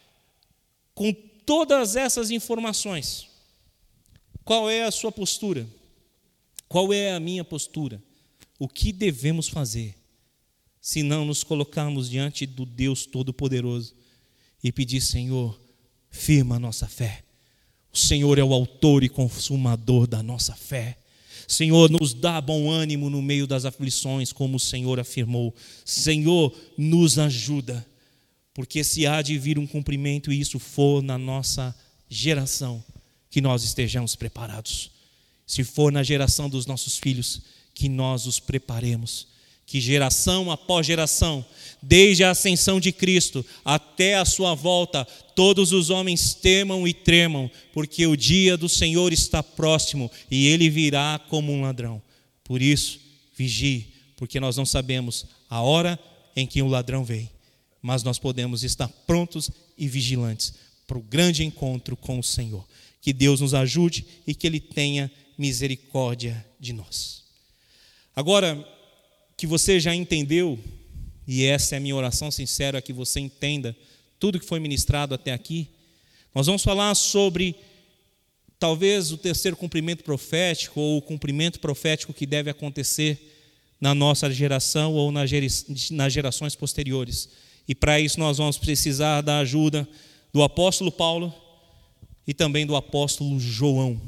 Com todas essas informações, qual é a sua postura? Qual é a minha postura? O que devemos fazer? Se não nos colocarmos diante do Deus Todo-Poderoso e pedir: Senhor, firma a nossa fé. O Senhor é o autor e consumador da nossa fé. Senhor, nos dá bom ânimo no meio das aflições, como o Senhor afirmou. Senhor, nos ajuda, porque se há de vir um cumprimento e isso for na nossa geração, que nós estejamos preparados. Se for na geração dos nossos filhos, que nós os preparemos. Que geração após geração, desde a ascensão de Cristo até a sua volta, todos os homens temam e tremam, porque o dia do Senhor está próximo e Ele virá como um ladrão. Por isso, vigie, porque nós não sabemos a hora em que o ladrão vem, mas nós podemos estar prontos e vigilantes para o grande encontro com o Senhor. Que Deus nos ajude e que Ele tenha misericórdia de nós. Agora, que você já entendeu, e essa é a minha oração sincera, que você entenda tudo que foi ministrado até aqui. Nós vamos falar sobre talvez o terceiro cumprimento profético, ou o cumprimento profético que deve acontecer na nossa geração ou nas gerações posteriores. E para isso nós vamos precisar da ajuda do apóstolo Paulo e também do apóstolo João.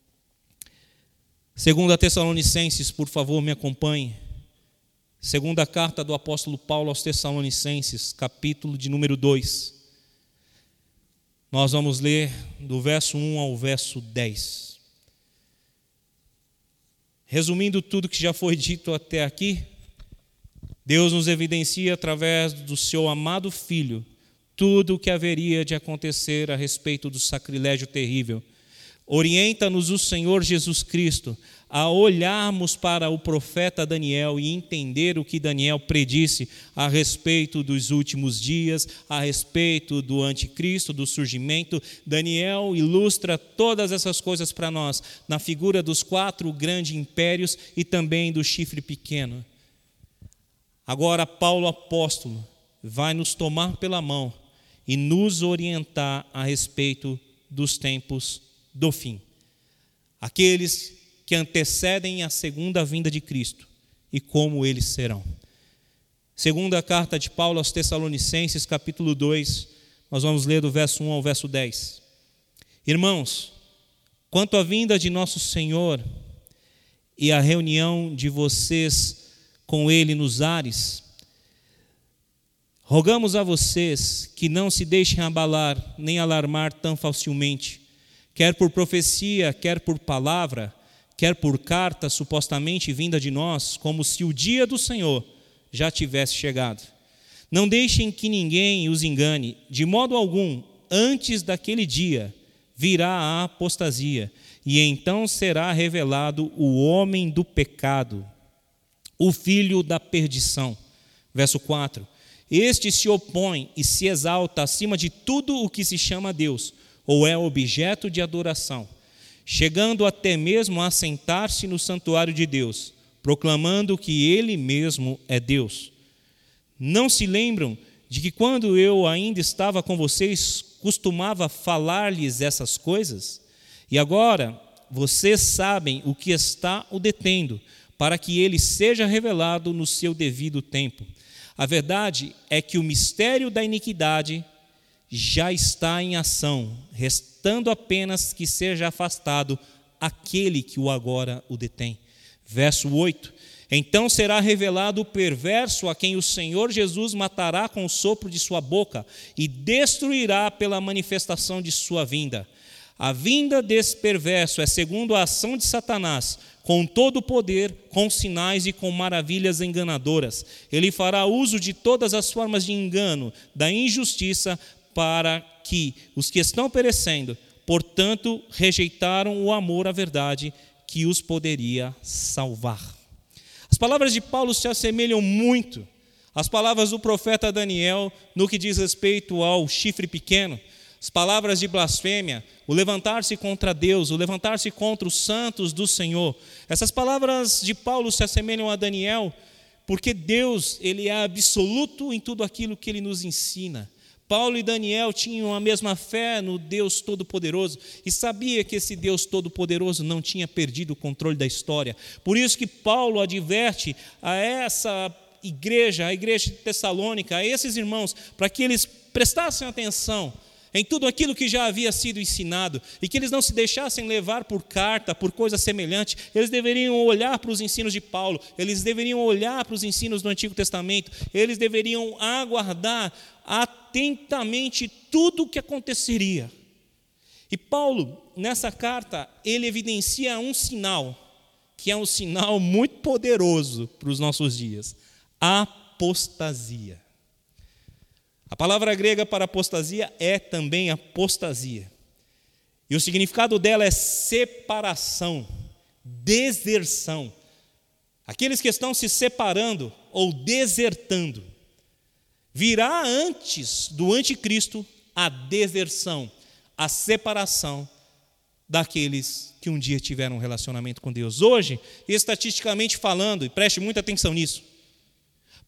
2 Tessalonicenses, por favor, me acompanhe. Segunda carta do apóstolo Paulo aos Tessalonicenses, capítulo de número 2. Nós vamos ler do verso 1 ao verso 10. Resumindo tudo que já foi dito até aqui, Deus nos evidencia através do seu amado Filho tudo o que haveria de acontecer a respeito do sacrilégio terrível. Orienta-nos o Senhor Jesus Cristo a olharmos para o profeta Daniel e entender o que Daniel predisse a respeito dos últimos dias, a respeito do anticristo, do surgimento. Daniel ilustra todas essas coisas para nós, na figura dos 4 grandes impérios e também do chifre pequeno. Agora Paulo apóstolo vai nos tomar pela mão e nos orientar a respeito dos tempos do fim. Aqueles que antecedem a segunda vinda de Cristo e como eles serão. Segunda carta de Paulo aos Tessalonicenses, capítulo 2, nós vamos ler do verso 1 ao verso 10. Irmãos, quanto à vinda de nosso Senhor e a reunião de vocês com Ele nos ares, rogamos a vocês que não se deixem abalar nem alarmar tão facilmente, quer por profecia, quer por palavra, quer por carta supostamente vinda de nós, como se o dia do Senhor já tivesse chegado. Não deixem que ninguém os engane, de modo algum, antes daquele dia virá a apostasia, e então será revelado o homem do pecado, o filho da perdição. Verso 4. Este se opõe e se exalta acima de tudo o que se chama Deus, ou é objeto de adoração, chegando até mesmo a sentar-se no santuário de Deus, proclamando que Ele mesmo é Deus. Não se lembram de que quando eu ainda estava com vocês, costumava falar-lhes essas coisas? E agora vocês sabem o que está o detendo, para que ele seja revelado no seu devido tempo. A verdade é que o mistério da iniquidade já está em ação, restando apenas que seja afastado aquele que agora o detém. Verso 8. Então será revelado o perverso, a quem o Senhor Jesus matará com o sopro de sua boca e destruirá pela manifestação de sua vinda. A vinda desse perverso é segundo a ação de Satanás, com todo o poder, com sinais e com maravilhas enganadoras. Ele fará uso de todas as formas de engano, da injustiça, para que os que estão perecendo, portanto, rejeitaram o amor à verdade que os poderia salvar. As palavras de Paulo se assemelham muito às palavras do profeta Daniel no que diz respeito ao chifre pequeno. As palavras de blasfêmia, o levantar-se contra Deus, o levantar-se contra os santos do Senhor. Essas palavras de Paulo se assemelham a Daniel, porque Deus, ele é absoluto em tudo aquilo que ele nos ensina. Paulo e Daniel tinham a mesma fé no Deus Todo-Poderoso e sabia que esse Deus Todo-Poderoso não tinha perdido o controle da história. Por isso que Paulo adverte a essa igreja, a igreja de Tessalônica, a esses irmãos, para que eles prestassem atenção em tudo aquilo que já havia sido ensinado e que eles não se deixassem levar por carta, por coisa semelhante. Eles deveriam olhar para os ensinos de Paulo, eles deveriam olhar para os ensinos do Antigo Testamento, eles deveriam aguardar atentamente tudo o que aconteceria. E Paulo, nessa carta, ele evidencia um sinal, que é um sinal muito poderoso para os nossos dias: apostasia. A palavra grega para apostasia é também apostasia. E o significado dela é separação, deserção. Aqueles que estão se separando ou desertando. Virá antes do anticristo a deserção, a separação daqueles que um dia tiveram um relacionamento com Deus. Hoje, estatisticamente falando, e preste muita atenção nisso,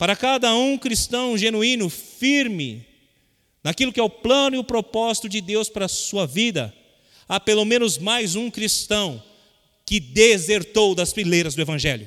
Para cada um cristão genuíno, firme, naquilo que é o plano e o propósito de Deus para a sua vida, há pelo menos mais um cristão que desertou das fileiras do Evangelho.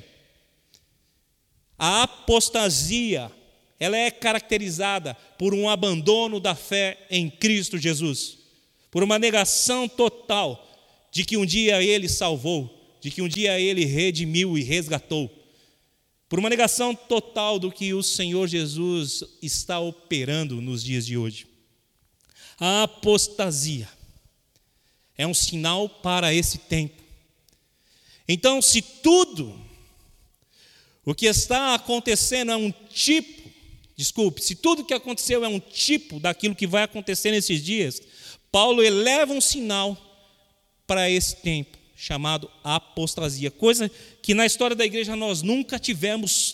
A apostasia, ela é caracterizada por um abandono da fé em Cristo Jesus, por uma negação total de que um dia Ele salvou, de que um dia Ele redimiu e resgatou, por uma negação total do que o Senhor Jesus está operando nos dias de hoje. A apostasia é um sinal para esse tempo. Então, se tudo o que está acontecendo é um tipo, se tudo o que aconteceu é um tipo daquilo que vai acontecer nesses dias, Paulo eleva um sinal para esse tempo, chamado apostasia, coisa que na história da igreja nós nunca tivemos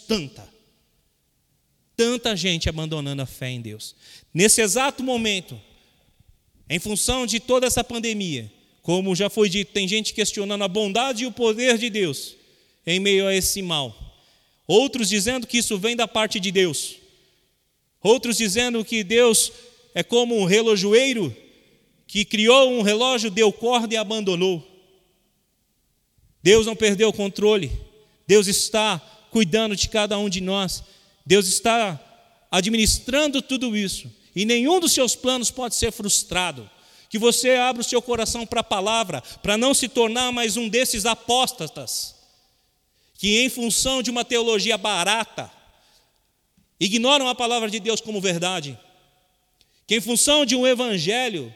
tanta gente abandonando a fé em Deus. Nesse exato momento, em função de toda essa pandemia, como já foi dito, tem gente questionando a bondade e o poder de Deus em meio a esse mal. Outros dizendo que isso vem da parte de Deus. Outros dizendo que Deus é como um relojoeiro que criou um relógio, deu corda e abandonou. Deus não perdeu o controle. Deus está cuidando de cada um de nós. Deus está administrando tudo isso. E nenhum dos seus planos pode ser frustrado. Que você abra o seu coração para a palavra, para não se tornar mais um desses apóstatas, que em função de uma teologia barata, ignoram a palavra de Deus como verdade. Que em função de um evangelho,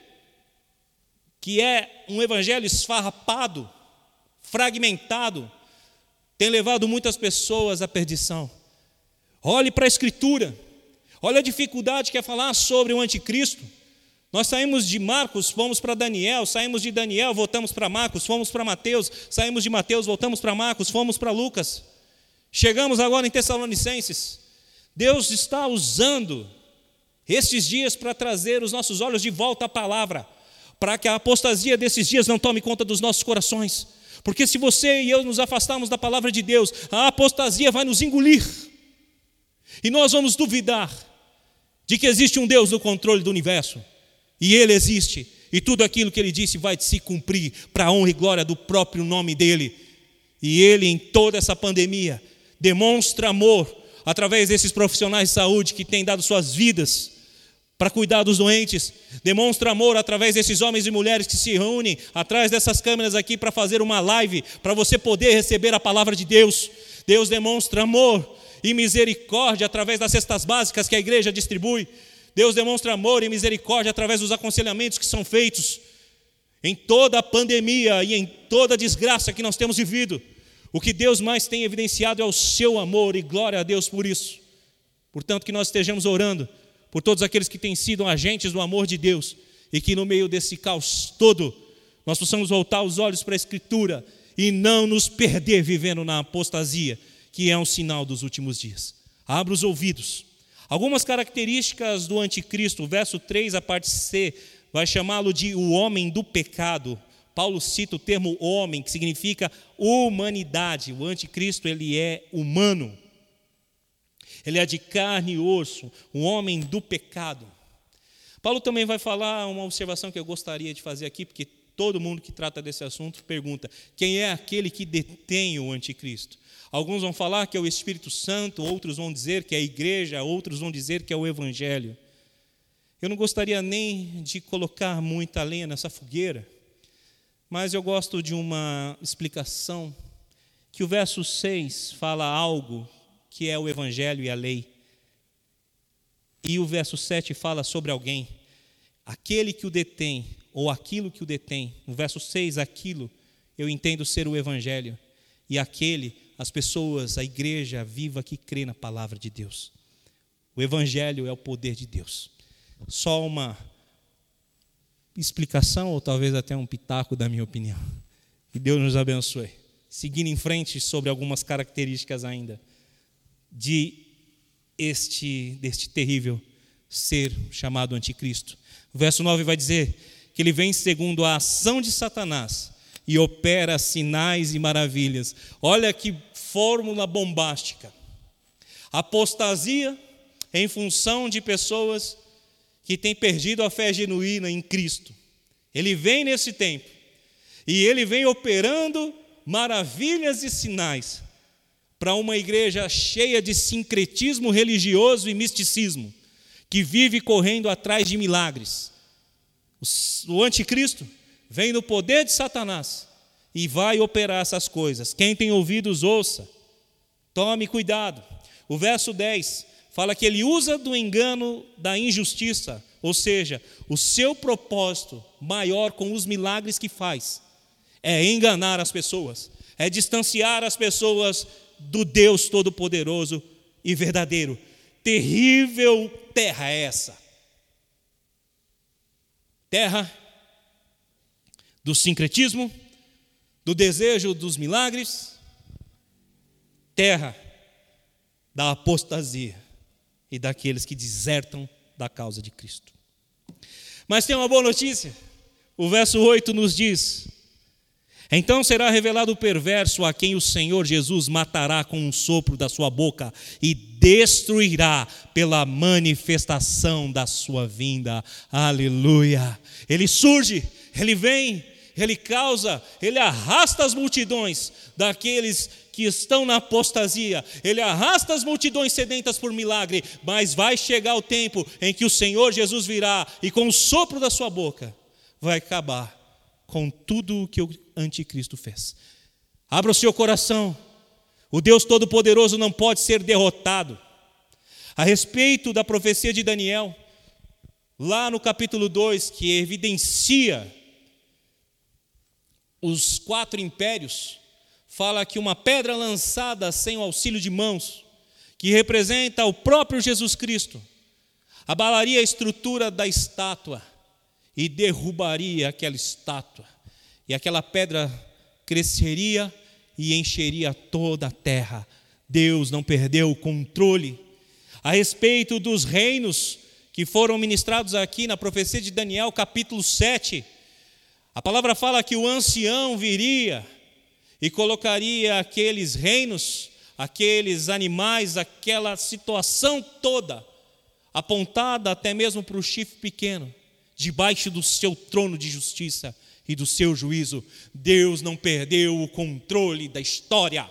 que é um evangelho esfarrapado, fragmentado, tem levado muitas pessoas à perdição. Olhe para a Escritura, olha a dificuldade que é falar sobre o anticristo. Nós saímos de Marcos, fomos para Daniel, saímos de Daniel, voltamos para Marcos, fomos para Mateus, saímos de Mateus, voltamos para Marcos, fomos para Lucas. Chegamos agora em Tessalonicenses. Deus está usando estes dias para trazer os nossos olhos de volta à palavra, para que a apostasia desses dias não tome conta dos nossos corações. Porque se você e eu nos afastarmos da palavra de Deus, a apostasia vai nos engolir. E nós vamos duvidar de que existe um Deus no controle do universo. E Ele existe. E tudo aquilo que Ele disse vai se cumprir para a honra e glória do próprio nome dEle. E Ele, em toda essa pandemia, demonstra amor através desses profissionais de saúde que têm dado suas vidas para cuidar dos doentes. Demonstra amor através desses homens e mulheres que se reúnem atrás dessas câmeras aqui para fazer uma live, para você poder receber a palavra de Deus. Deus demonstra amor e misericórdia através das cestas básicas que a igreja distribui. Deus demonstra amor e misericórdia através dos aconselhamentos que são feitos. Em toda a pandemia e em toda a desgraça que nós temos vivido, o que Deus mais tem evidenciado é o seu amor, e glória a Deus por isso. Portanto, que nós estejamos orando por todos aqueles que têm sido agentes do amor de Deus, e que no meio desse caos todo, nós possamos voltar os olhos para a Escritura e não nos perder vivendo na apostasia, que é um sinal dos últimos dias. Abra os ouvidos. Algumas características do anticristo, o verso 3, a parte C, vai chamá-lo de o homem do pecado. Paulo cita o termo homem, que significa humanidade. O anticristo, ele é humano. Ele é de carne e osso, um homem do pecado. Paulo também vai falar uma observação que eu gostaria de fazer aqui, porque todo mundo que trata desse assunto pergunta: quem é aquele que detém o anticristo? Alguns vão falar que é o Espírito Santo, outros vão dizer que é a igreja, outros vão dizer que é o Evangelho. Eu não gostaria nem de colocar muita lenha nessa fogueira, mas eu gosto de uma explicação, que o verso 6 fala algo que é o Evangelho e a lei. E o verso 7 fala sobre alguém, aquele que o detém, ou aquilo que o detém. No verso 6, aquilo eu entendo ser o Evangelho, e aquele, as pessoas, a igreja viva que crê na palavra de Deus. O Evangelho é o poder de Deus. Só uma explicação, ou talvez até um pitaco da minha opinião. Que Deus nos abençoe. Seguindo em frente sobre algumas características ainda deste terrível ser chamado anticristo. O verso 9 vai dizer que ele vem segundo a ação de Satanás e opera sinais e maravilhas. Olha que fórmula bombástica. Apostasia em função de pessoas que têm perdido a fé genuína em Cristo. Ele vem nesse tempo e ele vem operando maravilhas e sinais para uma igreja cheia de sincretismo religioso e misticismo, que vive correndo atrás de milagres. O anticristo vem no poder de Satanás e vai operar essas coisas. Quem tem ouvidos, ouça. Tome cuidado. O verso 10 fala que ele usa do engano da injustiça, ou seja, o seu propósito maior com os milagres que faz é enganar as pessoas, é distanciar as pessoas do Deus Todo-Poderoso e verdadeiro. Terrível terra é essa. Terra do sincretismo, do desejo dos milagres, terra da apostasia e daqueles que desertam da causa de Cristo. Mas tem uma boa notícia. O verso 8 nos diz: então será revelado o perverso, a quem o Senhor Jesus matará com um sopro da sua boca e destruirá pela manifestação da sua vinda. Aleluia! Ele surge, ele vem, ele causa, ele arrasta as multidões daqueles que estão na apostasia, ele arrasta as multidões sedentas por milagre, mas vai chegar o tempo em que o Senhor Jesus virá e com o sopro da sua boca vai acabar com tudo o que o anticristo fez. Abra o seu coração, o Deus Todo-Poderoso não pode ser derrotado. A respeito da profecia de Daniel, lá no capítulo 2, que evidencia os 4 impérios, fala que uma pedra lançada sem o auxílio de mãos, que representa o próprio Jesus Cristo, abalaria a estrutura da estátua e derrubaria aquela estátua, e aquela pedra cresceria e encheria toda a terra. Deus não perdeu o controle. A respeito dos reinos que foram ministrados aqui na profecia de Daniel, capítulo 7, a palavra fala que o ancião viria e colocaria aqueles reinos, aqueles animais, aquela situação toda, apontada até mesmo para o chifre pequeno, debaixo do seu trono de justiça e do seu juízo. Deus não perdeu o controle da história.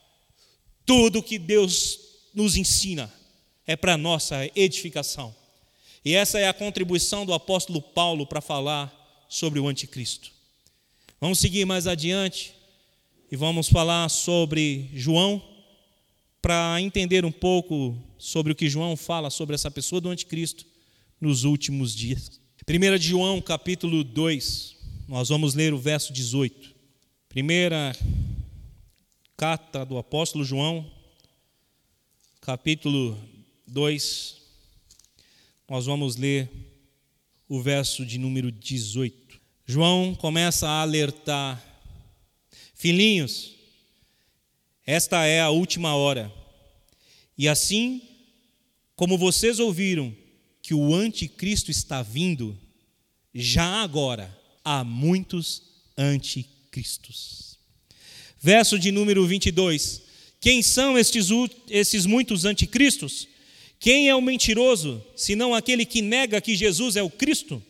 Tudo que Deus nos ensina é para a nossa edificação. E essa é a contribuição do apóstolo Paulo para falar sobre o anticristo. Vamos seguir mais adiante e vamos falar sobre João, para entender um pouco sobre o que João fala sobre essa pessoa do anticristo nos últimos dias. 1 de João, capítulo 2, nós vamos ler o verso 18. Primeira carta do apóstolo João, capítulo 2, nós vamos ler o verso de número 18. João começa a alertar: filhinhos, esta é a última hora. E assim como vocês ouviram que o anticristo está vindo, já agora há muitos anticristos. Verso de número 22. Quem são esses muitos anticristos? Quem é o mentiroso, senão aquele que nega que Jesus é o Cristo?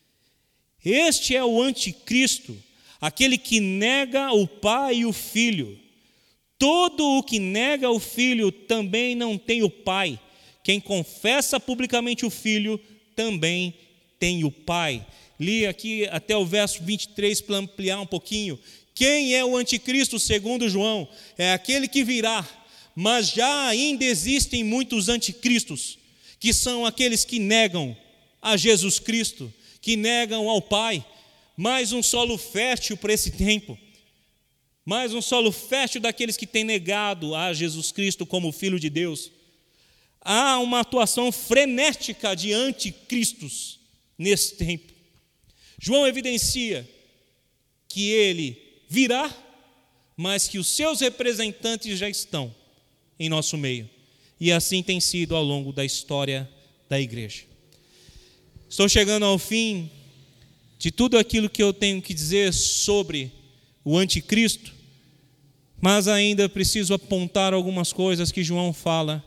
Este é o anticristo, aquele que nega o Pai e o Filho. Todo o que nega o Filho também não tem o Pai. Quem confessa publicamente o Filho também tem o Pai. Li aqui até o verso 23 para ampliar um pouquinho. Quem é o anticristo segundo João? É aquele que virá, mas já ainda existem muitos anticristos, que são aqueles que negam a Jesus Cristo, que negam ao Pai. Mais um solo fértil para esse tempo. Mais um solo fértil daqueles que têm negado a Jesus Cristo como Filho de Deus. Há uma atuação frenética de anticristos nesse tempo. João evidencia que ele virá, mas que os seus representantes já estão em nosso meio. E assim tem sido ao longo da história da igreja. Estou chegando ao fim de tudo aquilo que eu tenho que dizer sobre o anticristo, mas ainda preciso apontar algumas coisas que João fala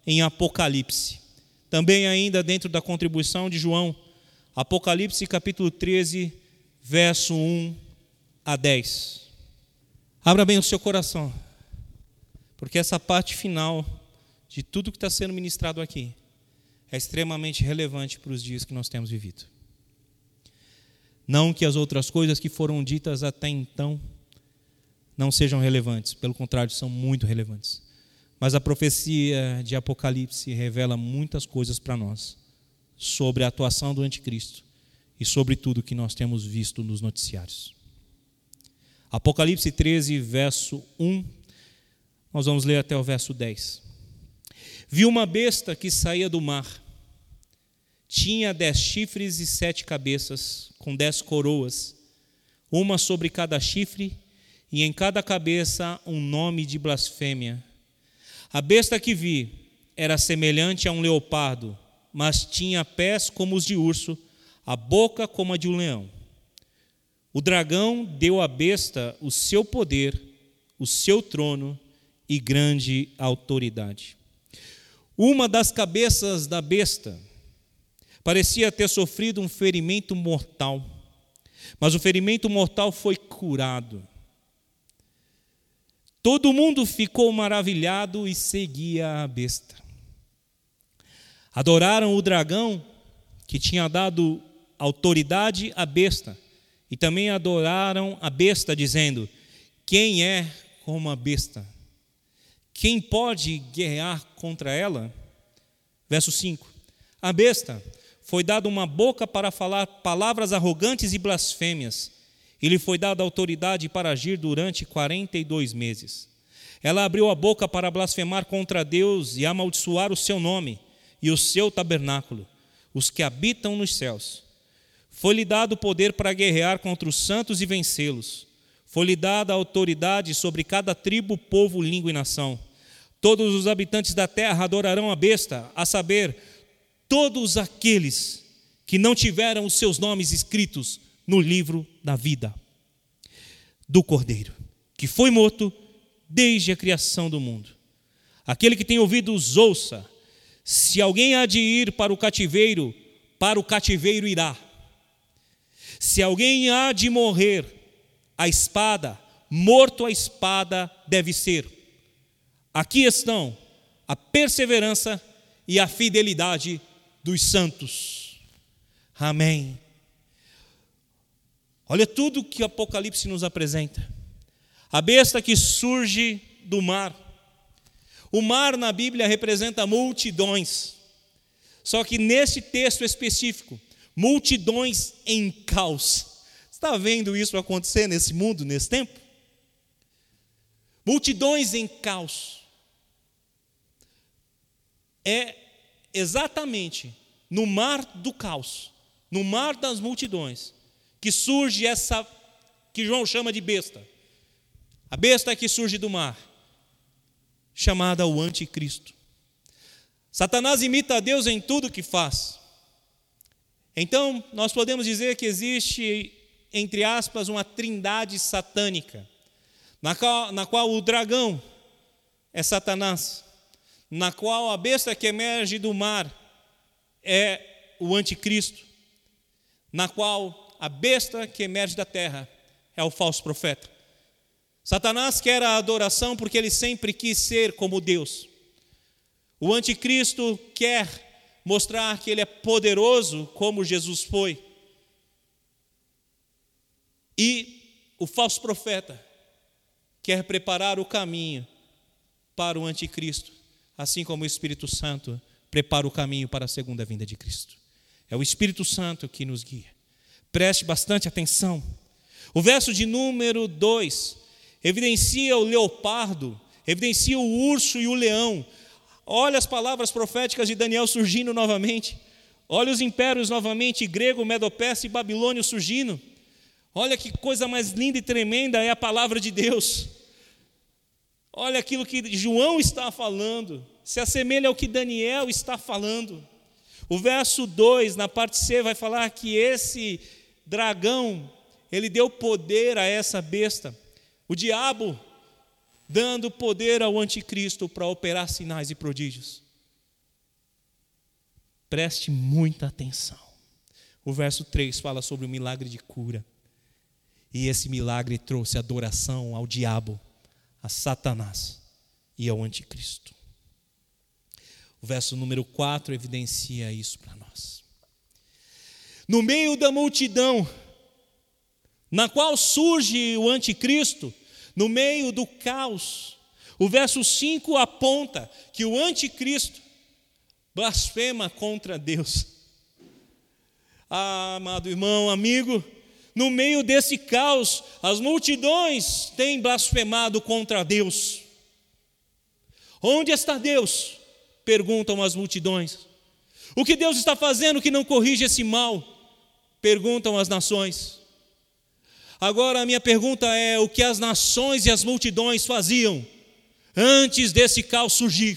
em Apocalipse. Também ainda dentro da contribuição de João, Apocalipse capítulo 13, verso 1 a 10. Abra bem o seu coração, porque essa parte final de tudo que está sendo ministrado aqui é extremamente relevante para os dias que nós temos vivido. Não que as outras coisas que foram ditas até então não sejam relevantes, pelo contrário, são muito relevantes. Mas a profecia de Apocalipse revela muitas coisas para nós sobre a atuação do anticristo e sobre tudo que nós temos visto nos noticiários. Apocalipse 13, verso 1, nós vamos ler até o verso 10. Vi uma besta que saía do mar. Tinha 10 chifres e 7 cabeças, com 10 coroas, uma sobre cada chifre, e em cada cabeça um nome de blasfêmia. A besta que vi era semelhante a um leopardo, mas tinha pés como os de urso, a boca como a de um leão. O dragão deu à besta o seu poder, o seu trono e grande autoridade. Uma das cabeças da besta parecia ter sofrido um ferimento mortal, mas o ferimento mortal foi curado. Todo mundo ficou maravilhado e seguia a besta. Adoraram o dragão, que tinha dado autoridade à besta, e também adoraram a besta, dizendo: quem é como a besta? Quem pode guerrear contra ela? Verso 5. A besta foi dada uma boca para falar palavras arrogantes e blasfêmias, e lhe foi dada autoridade para agir durante 42 meses. Ela abriu a boca para blasfemar contra Deus e amaldiçoar o seu nome e o seu tabernáculo, os que habitam nos céus. Foi-lhe dado poder para guerrear contra os santos e vencê-los. Foi-lhe dada autoridade sobre cada tribo, povo, língua e nação. Todos os habitantes da terra adorarão a besta, a saber, todos aqueles que não tiveram os seus nomes escritos no livro da vida do Cordeiro, que foi morto desde a criação do mundo. Aquele que tem ouvidos, ouça. Se alguém há de ir para o cativeiro irá. Se alguém há de morrer a espada, morto a espada deve ser. Aqui estão a perseverança e a fidelidade dos santos. Amém. Olha tudo que o Apocalipse nos apresenta. A besta que surge do mar. O mar na Bíblia representa multidões. Só que nesse texto específico, multidões em caos. Você está vendo isso acontecer nesse mundo, nesse tempo? Multidões em caos. É exatamente no mar do caos, no mar das multidões, que surge essa que João chama de besta. A besta que surge do mar, chamada o anticristo. Satanás imita a Deus em tudo que faz. Então, nós podemos dizer que existe, entre aspas, uma trindade satânica, na qual o dragão é Satanás, na qual a besta que emerge do mar é o anticristo, na qual a besta que emerge da terra é o falso profeta. Satanás quer a adoração porque ele sempre quis ser como Deus. O anticristo quer mostrar que ele é poderoso como Jesus foi. E o falso profeta quer preparar o caminho para o anticristo, assim como o Espírito Santo prepara o caminho para a segunda vinda de Cristo. É o Espírito Santo que nos guia. Preste bastante atenção. O verso de número 2 evidencia o leopardo, evidencia o urso e o leão. Olha as palavras proféticas de Daniel surgindo novamente. Olha os impérios novamente, grego, medo-persa e babilônio surgindo. Olha que coisa mais linda e tremenda é a palavra de Deus. Olha aquilo que João está falando, se assemelha ao que Daniel está falando. O verso 2, na parte C, vai falar que esse dragão, ele deu poder a essa besta. O diabo dando poder ao anticristo para operar sinais e prodígios. Preste muita atenção. O verso 3 fala sobre o milagre de cura. E esse milagre trouxe adoração ao diabo, a Satanás e ao anticristo. O verso número 4 evidencia isso para nós. No meio da multidão, na qual surge o anticristo, no meio do caos, o verso 5 aponta que o anticristo blasfema contra Deus. Ah, amado irmão, amigo, no meio desse caos, as multidões têm blasfemado contra Deus. Onde está Deus? Perguntam as multidões. O que Deus está fazendo que não corrige esse mal? Perguntam as nações. Agora a minha pergunta é: o que as nações e as multidões faziam antes desse caos surgir?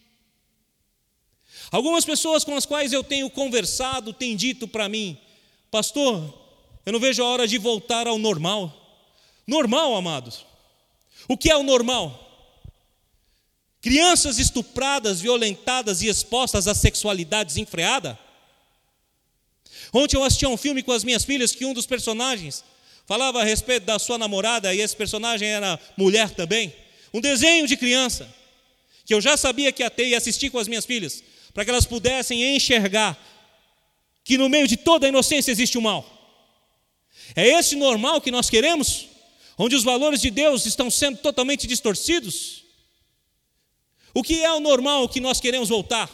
Algumas pessoas com as quais eu tenho conversado têm dito para mim: pastor, eu não vejo a hora de voltar ao normal. Normal, amados. O que é o normal? Crianças estupradas, violentadas e expostas à sexualidade desenfreada? Ontem eu assisti a um filme com as minhas filhas que um dos personagens falava a respeito da sua namorada e esse personagem era mulher também. Um desenho de criança que eu já sabia que ia ter e assisti com as minhas filhas, para que elas pudessem enxergar que no meio de toda a inocência existe o mal. É esse normal que nós queremos? Onde os valores de Deus estão sendo totalmente distorcidos? O que é o normal que nós queremos voltar?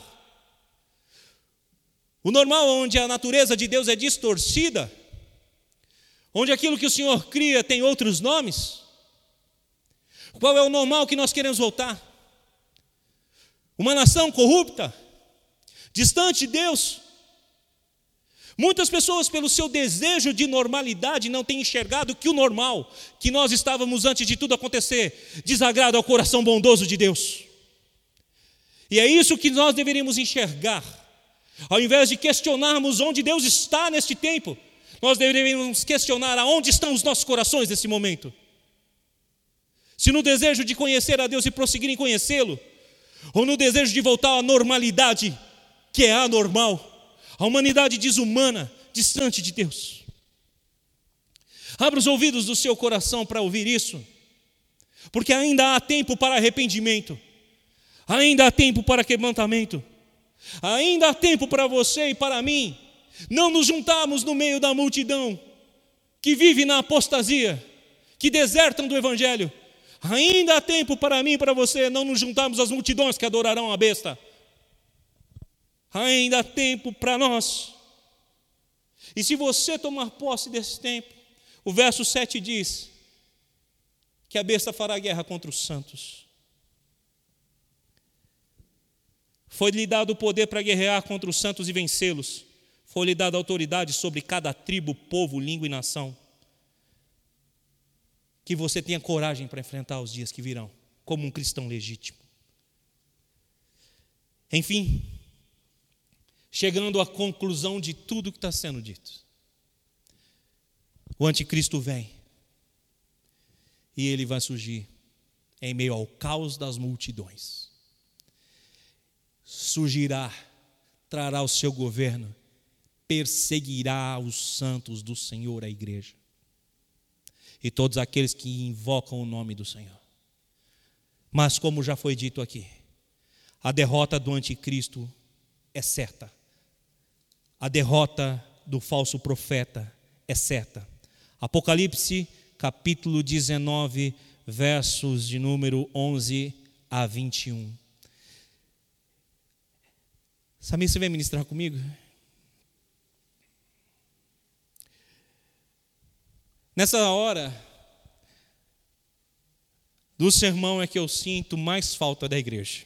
O normal onde a natureza de Deus é distorcida? Onde aquilo que o Senhor cria tem outros nomes? Qual é o normal que nós queremos voltar? Uma nação corrupta? Distante de Deus? Muitas pessoas, pelo seu desejo de normalidade, não têm enxergado que o normal, que nós estávamos antes de tudo acontecer, desagrada ao coração bondoso de Deus. E é isso que nós deveríamos enxergar. Ao invés de questionarmos onde Deus está neste tempo, nós deveríamos questionar aonde estão os nossos corações nesse momento. Se no desejo de conhecer a Deus e prosseguir em conhecê-lo, ou no desejo de voltar à normalidade, que é anormal, a humanidade desumana, distante de Deus. Abra os ouvidos do seu coração para ouvir isso, porque ainda há tempo para arrependimento, ainda há tempo para quebrantamento, ainda há tempo para você e para mim não nos juntarmos no meio da multidão que vive na apostasia, que desertam do Evangelho. Ainda há tempo para mim e para você não nos juntarmos às multidões que adorarão a besta. Ainda há tempo para nós. E se você tomar posse desse tempo, o verso 7 diz que a besta fará guerra contra os santos. Foi-lhe dado o poder para guerrear contra os santos e vencê-los. Foi-lhe dada autoridade sobre cada tribo, povo, língua e nação. Que você tenha coragem para enfrentar os dias que virão, como um cristão legítimo. Enfim, chegando à conclusão de tudo que está sendo dito, o anticristo vem, e ele vai surgir em meio ao caos das multidões. Surgirá, trará o seu governo, perseguirá os santos do Senhor, a igreja, e todos aqueles que invocam o nome do Senhor. Mas como já foi dito aqui, a derrota do anticristo é certa. A derrota do falso profeta é certa. Apocalipse, capítulo 19, versos de número 11 a 21. Samir, você vem ministrar comigo? Nessa hora do sermão é que eu sinto mais falta da igreja.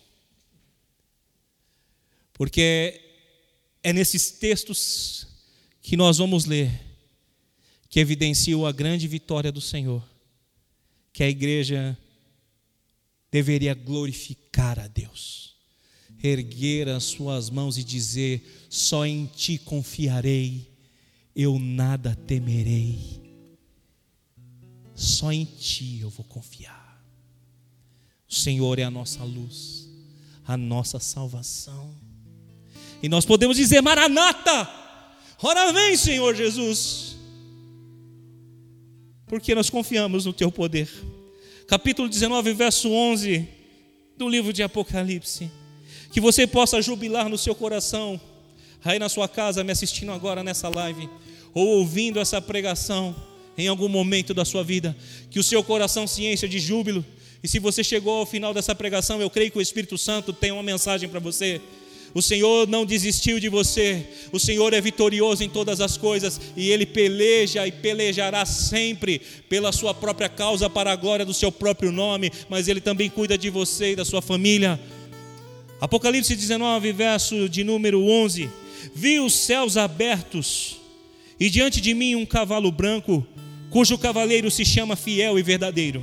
Porque é nesses textos que nós vamos ler que evidenciam a grande vitória do Senhor, que a igreja deveria glorificar a Deus, erguer as suas mãos e dizer: só em ti confiarei, eu nada temerei. Só em ti eu vou confiar. O Senhor é a nossa luz, a nossa salvação. E nós podemos dizer: Maranata, ora vem, Senhor Jesus, porque nós confiamos no teu poder. Capítulo 19, verso 11 do livro de Apocalipse. Que você possa jubilar no seu coração, aí na sua casa, me assistindo agora nessa live, ou ouvindo essa pregação em algum momento da sua vida, que o seu coração se encha de júbilo. E se você chegou ao final dessa pregação, eu creio que o Espírito Santo tem uma mensagem para você. O Senhor não desistiu de você, o Senhor é vitorioso em todas as coisas, e Ele peleja e pelejará sempre pela sua própria causa, para a glória do seu próprio nome, mas Ele também cuida de você e da sua família. Apocalipse 19, verso de número 11: vi os céus abertos, e diante de mim um cavalo branco, cujo cavaleiro se chama Fiel e Verdadeiro.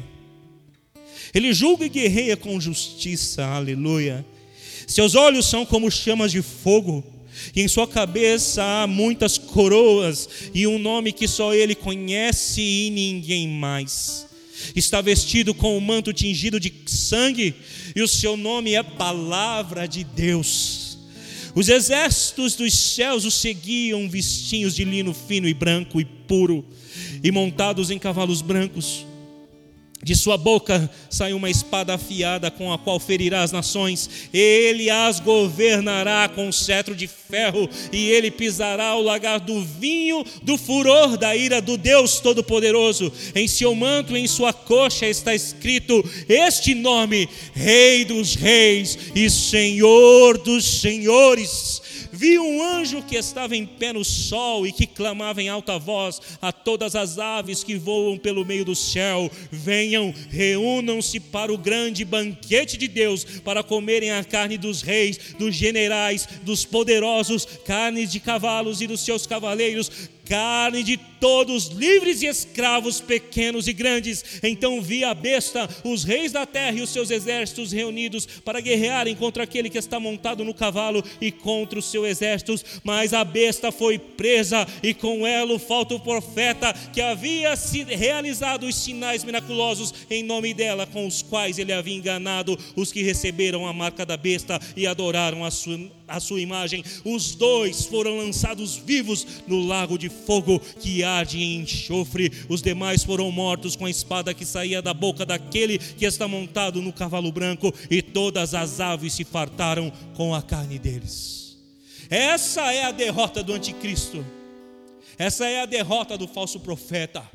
Ele julga e guerreia com justiça, aleluia. Seus olhos são como chamas de fogo, e em sua cabeça há muitas coroas, e um nome que só ele conhece e ninguém mais. Está vestido com um manto tingido de sangue, e o seu nome é Palavra de Deus. Os exércitos dos céus o seguiam, vestinhos de lino fino e branco e puro, e montados em cavalos brancos. De sua boca sai uma espada afiada, com a qual ferirá as nações. Ele as governará com cetro de ferro, e ele pisará o lagar do vinho do furor da ira do Deus Todo-Poderoso. Em seu manto e em sua coxa está escrito este nome: Rei dos Reis e Senhor dos Senhores. Vi um anjo que estava em pé no sol e que clamava em alta voz a todas as aves que voam pelo meio do céu: venham, reúnam-se para o grande banquete de Deus, para comerem a carne dos reis, dos generais, dos poderosos, carne de cavalos e dos seus cavaleiros, carne de todos, livres e escravos, pequenos e grandes. Então vi a besta, os reis da terra e os seus exércitos reunidos para guerrearem contra aquele que está montado no cavalo e contra os seus exércitos. Mas a besta foi presa, e com ela o falso profeta que havia realizado os sinais miraculosos em nome dela, com os quais ele havia enganado os que receberam a marca da besta e adoraram a sua imagem. Os dois foram lançados vivos no lago de fogo que arde em enxofre. Os demais foram mortos com a espada que saía da boca daquele que está montado no cavalo branco, e todas as aves se fartaram com a carne deles. Essa é a derrota do anticristo. Essa é a derrota do falso profeta.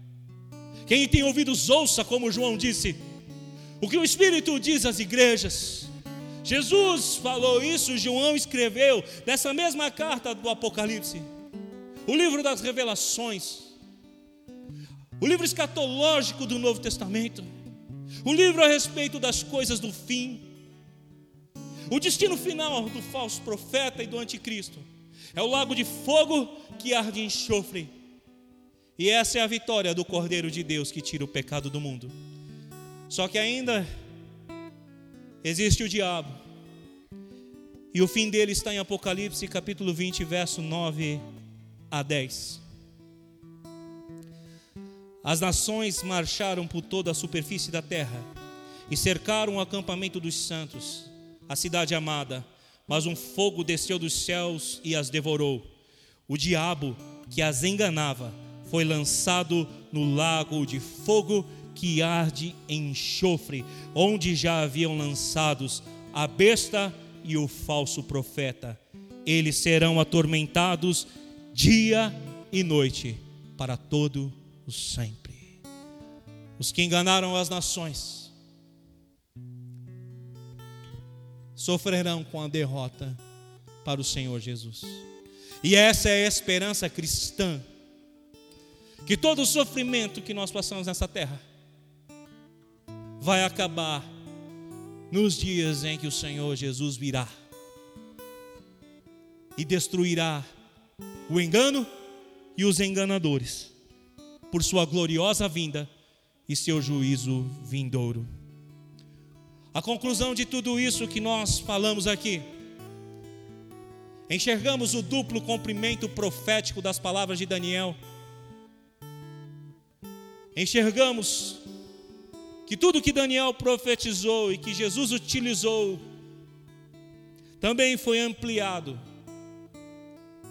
Quem tem ouvidos ouça, como João disse, o que o Espírito diz às igrejas. Jesus falou isso, João escreveu nessa mesma carta do Apocalipse, o livro das revelações, o livro escatológico do Novo Testamento, o livro a respeito das coisas do fim. O destino final do falso profeta e do anticristo é o lago de fogo que arde em enxofre. E essa é a vitória do Cordeiro de Deus que tira o pecado do mundo. Só que ainda existe o diabo, e o fim dele está em Apocalipse capítulo 20, verso 9 a 10. As nações marcharam por toda a superfície da terra e cercaram o acampamento dos santos, a cidade amada, mas um fogo desceu dos céus e as devorou. O diabo que as enganava foi lançado no lago de fogo que arde em enxofre, onde já haviam lançados a besta e o falso profeta. Eles serão atormentados dia e noite para todo o sempre. Os que enganaram as nações sofrerão com a derrota para o Senhor Jesus. E essa é a esperança cristã, que todo o sofrimento que nós passamos nessa terra vai acabar nos dias em que o Senhor Jesus virá e destruirá o engano e os enganadores por sua gloriosa vinda e seu juízo vindouro. A conclusão de tudo isso que nós falamos aqui, enxergamos o duplo cumprimento profético das palavras de Daniel. Enxergamos que tudo que Daniel profetizou e que Jesus utilizou também foi ampliado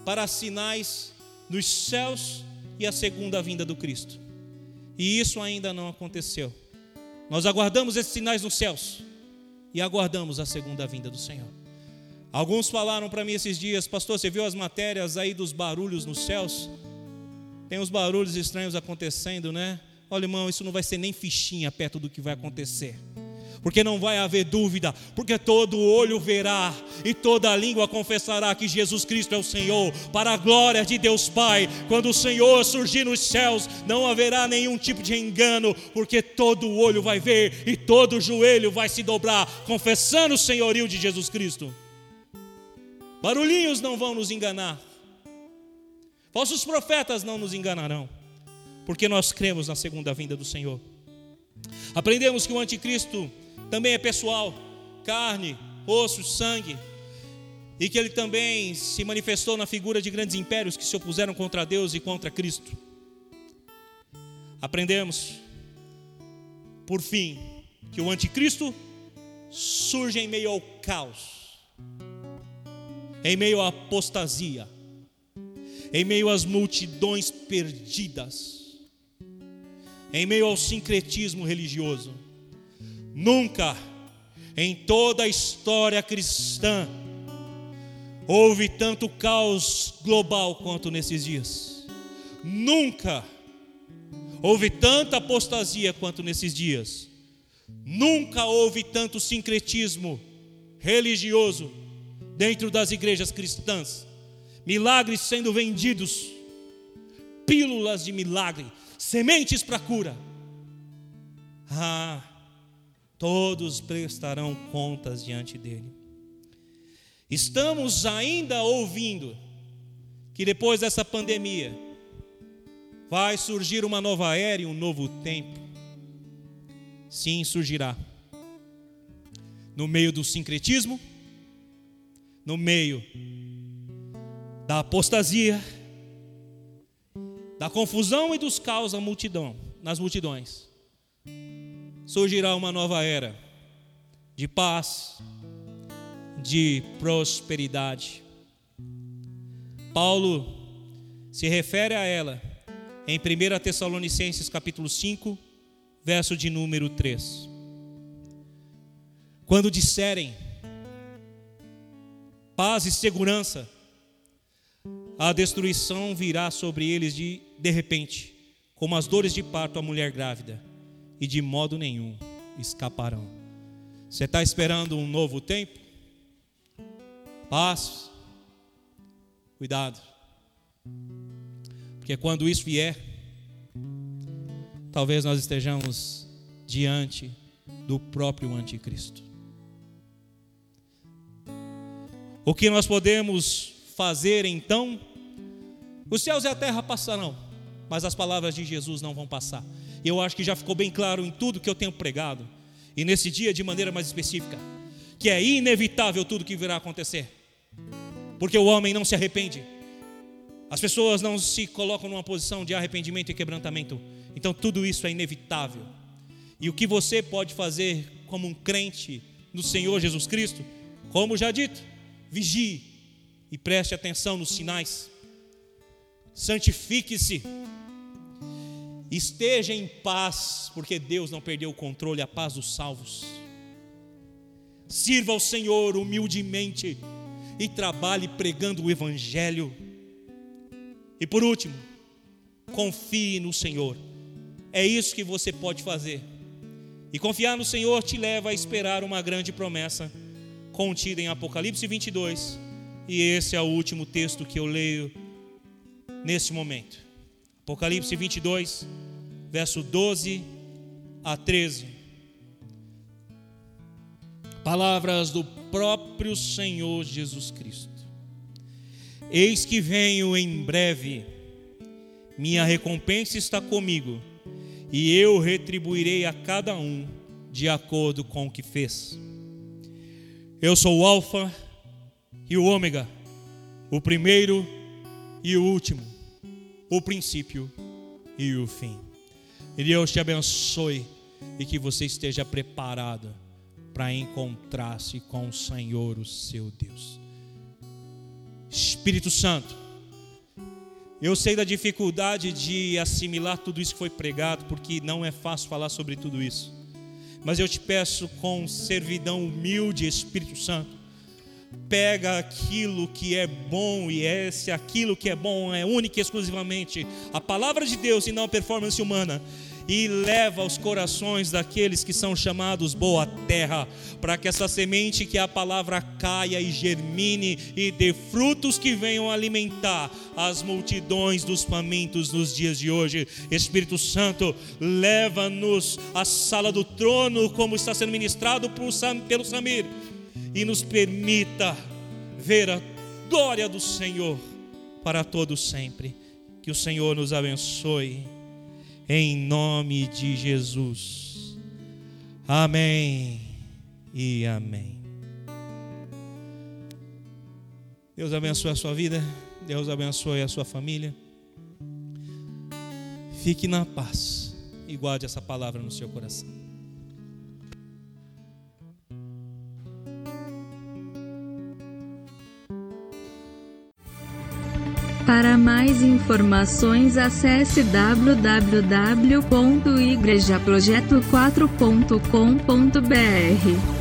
para sinais nos céus e a segunda vinda do Cristo. E isso ainda não aconteceu. Nós aguardamos esses sinais nos céus e aguardamos a segunda vinda do Senhor. Alguns falaram para mim esses dias: pastor, você viu as matérias aí dos barulhos nos céus? Tem uns barulhos estranhos acontecendo, né? Olha, irmão, isso não vai ser nem fichinha perto do que vai acontecer. Porque não vai haver dúvida, porque todo olho verá e toda língua confessará que Jesus Cristo é o Senhor, para a glória de Deus Pai. Quando o Senhor surgir nos céus, não haverá nenhum tipo de engano, porque todo olho vai ver e todo joelho vai se dobrar, confessando o senhorio de Jesus Cristo. Barulhinhos não vão nos enganar, falsos profetas não nos enganarão, porque nós cremos na segunda vinda do Senhor. Aprendemos que o anticristo também é pessoal, carne, osso, sangue, e que ele também se manifestou na figura de grandes impérios que se opuseram contra Deus e contra Cristo. Aprendemos, por fim, que o anticristo surge em meio ao caos, em meio à apostasia, em meio às multidões perdidas, em meio ao sincretismo religioso. Nunca em toda a história cristã houve tanto caos global quanto nesses dias. Nunca houve tanta apostasia quanto nesses dias. Nunca houve tanto sincretismo religioso dentro das igrejas cristãs. Milagres sendo vendidos, pílulas de milagre, sementes para cura. Todos prestarão contas diante dele. Estamos ainda ouvindo que depois dessa pandemia vai surgir uma nova era e um novo tempo. Sim, surgirá. No meio do sincretismo, no meio da apostasia, da confusão e dos caos nas multidões, surgirá uma nova era de paz, de prosperidade. Paulo se refere a ela em 1 Tessalonicenses capítulo 5, verso de número 3. Quando disserem paz e segurança, a destruição virá sobre eles de repente, como as dores de parto à mulher grávida, e de modo nenhum escaparão. Você está esperando um novo tempo? Paz, cuidado, porque quando isso vier, talvez nós estejamos diante do próprio anticristo. O que nós podemos fazer então? Os céus e a terra passarão, mas as palavras de Jesus não vão passar. Eu acho que já ficou bem claro em tudo que eu tenho pregado, e nesse dia de maneira mais específica, que é inevitável tudo que virá acontecer, porque o homem não se arrepende, as pessoas não se colocam numa posição de arrependimento e quebrantamento. Então tudo isso é inevitável. E o que você pode fazer como um crente no Senhor Jesus Cristo? Como já dito, vigie e preste atenção nos sinais. Santifique-se, esteja em paz, porque Deus não perdeu o controle, a paz dos salvos. Sirva ao Senhor humildemente e trabalhe pregando o Evangelho. E por último, confie no Senhor. É isso que você pode fazer. E confiar no Senhor te leva a esperar uma grande promessa contida em Apocalipse 22. E esse é o último texto que eu leio nesse momento. Apocalipse 22, verso 12 a 13. Palavras do próprio Senhor Jesus Cristo. Eis que venho em breve, minha recompensa está comigo, e eu retribuirei a cada um de acordo com o que fez. Eu sou o Alfa e o Ômega, o primeiro e o último, o princípio e o fim. E Deus te abençoe e que você esteja preparado para encontrar-se com o Senhor, o seu Deus. Espírito Santo, Eu sei da dificuldade de assimilar tudo isso que foi pregado, porque não é fácil falar sobre tudo isso. Mas eu te peço com servidão humilde, Espírito Santo, pega aquilo que é bom, e aquilo que é bom é única e exclusivamente a palavra de Deus e não a performance humana, e leva aos corações daqueles que são chamados boa terra, para que essa semente que é a palavra caia e germine e dê frutos que venham alimentar as multidões dos famintos nos dias de hoje. Espírito Santo, leva-nos à sala do trono, como está sendo ministrado pelo Samir, e nos permita ver a glória do Senhor para todo sempre. Que o Senhor nos abençoe, em nome de Jesus. Amém e amém. Deus abençoe a sua vida, Deus abençoe a sua família. Fique na paz e guarde essa palavra no seu coração. Para mais informações, acesse www.igrejaprojeto4.com.br.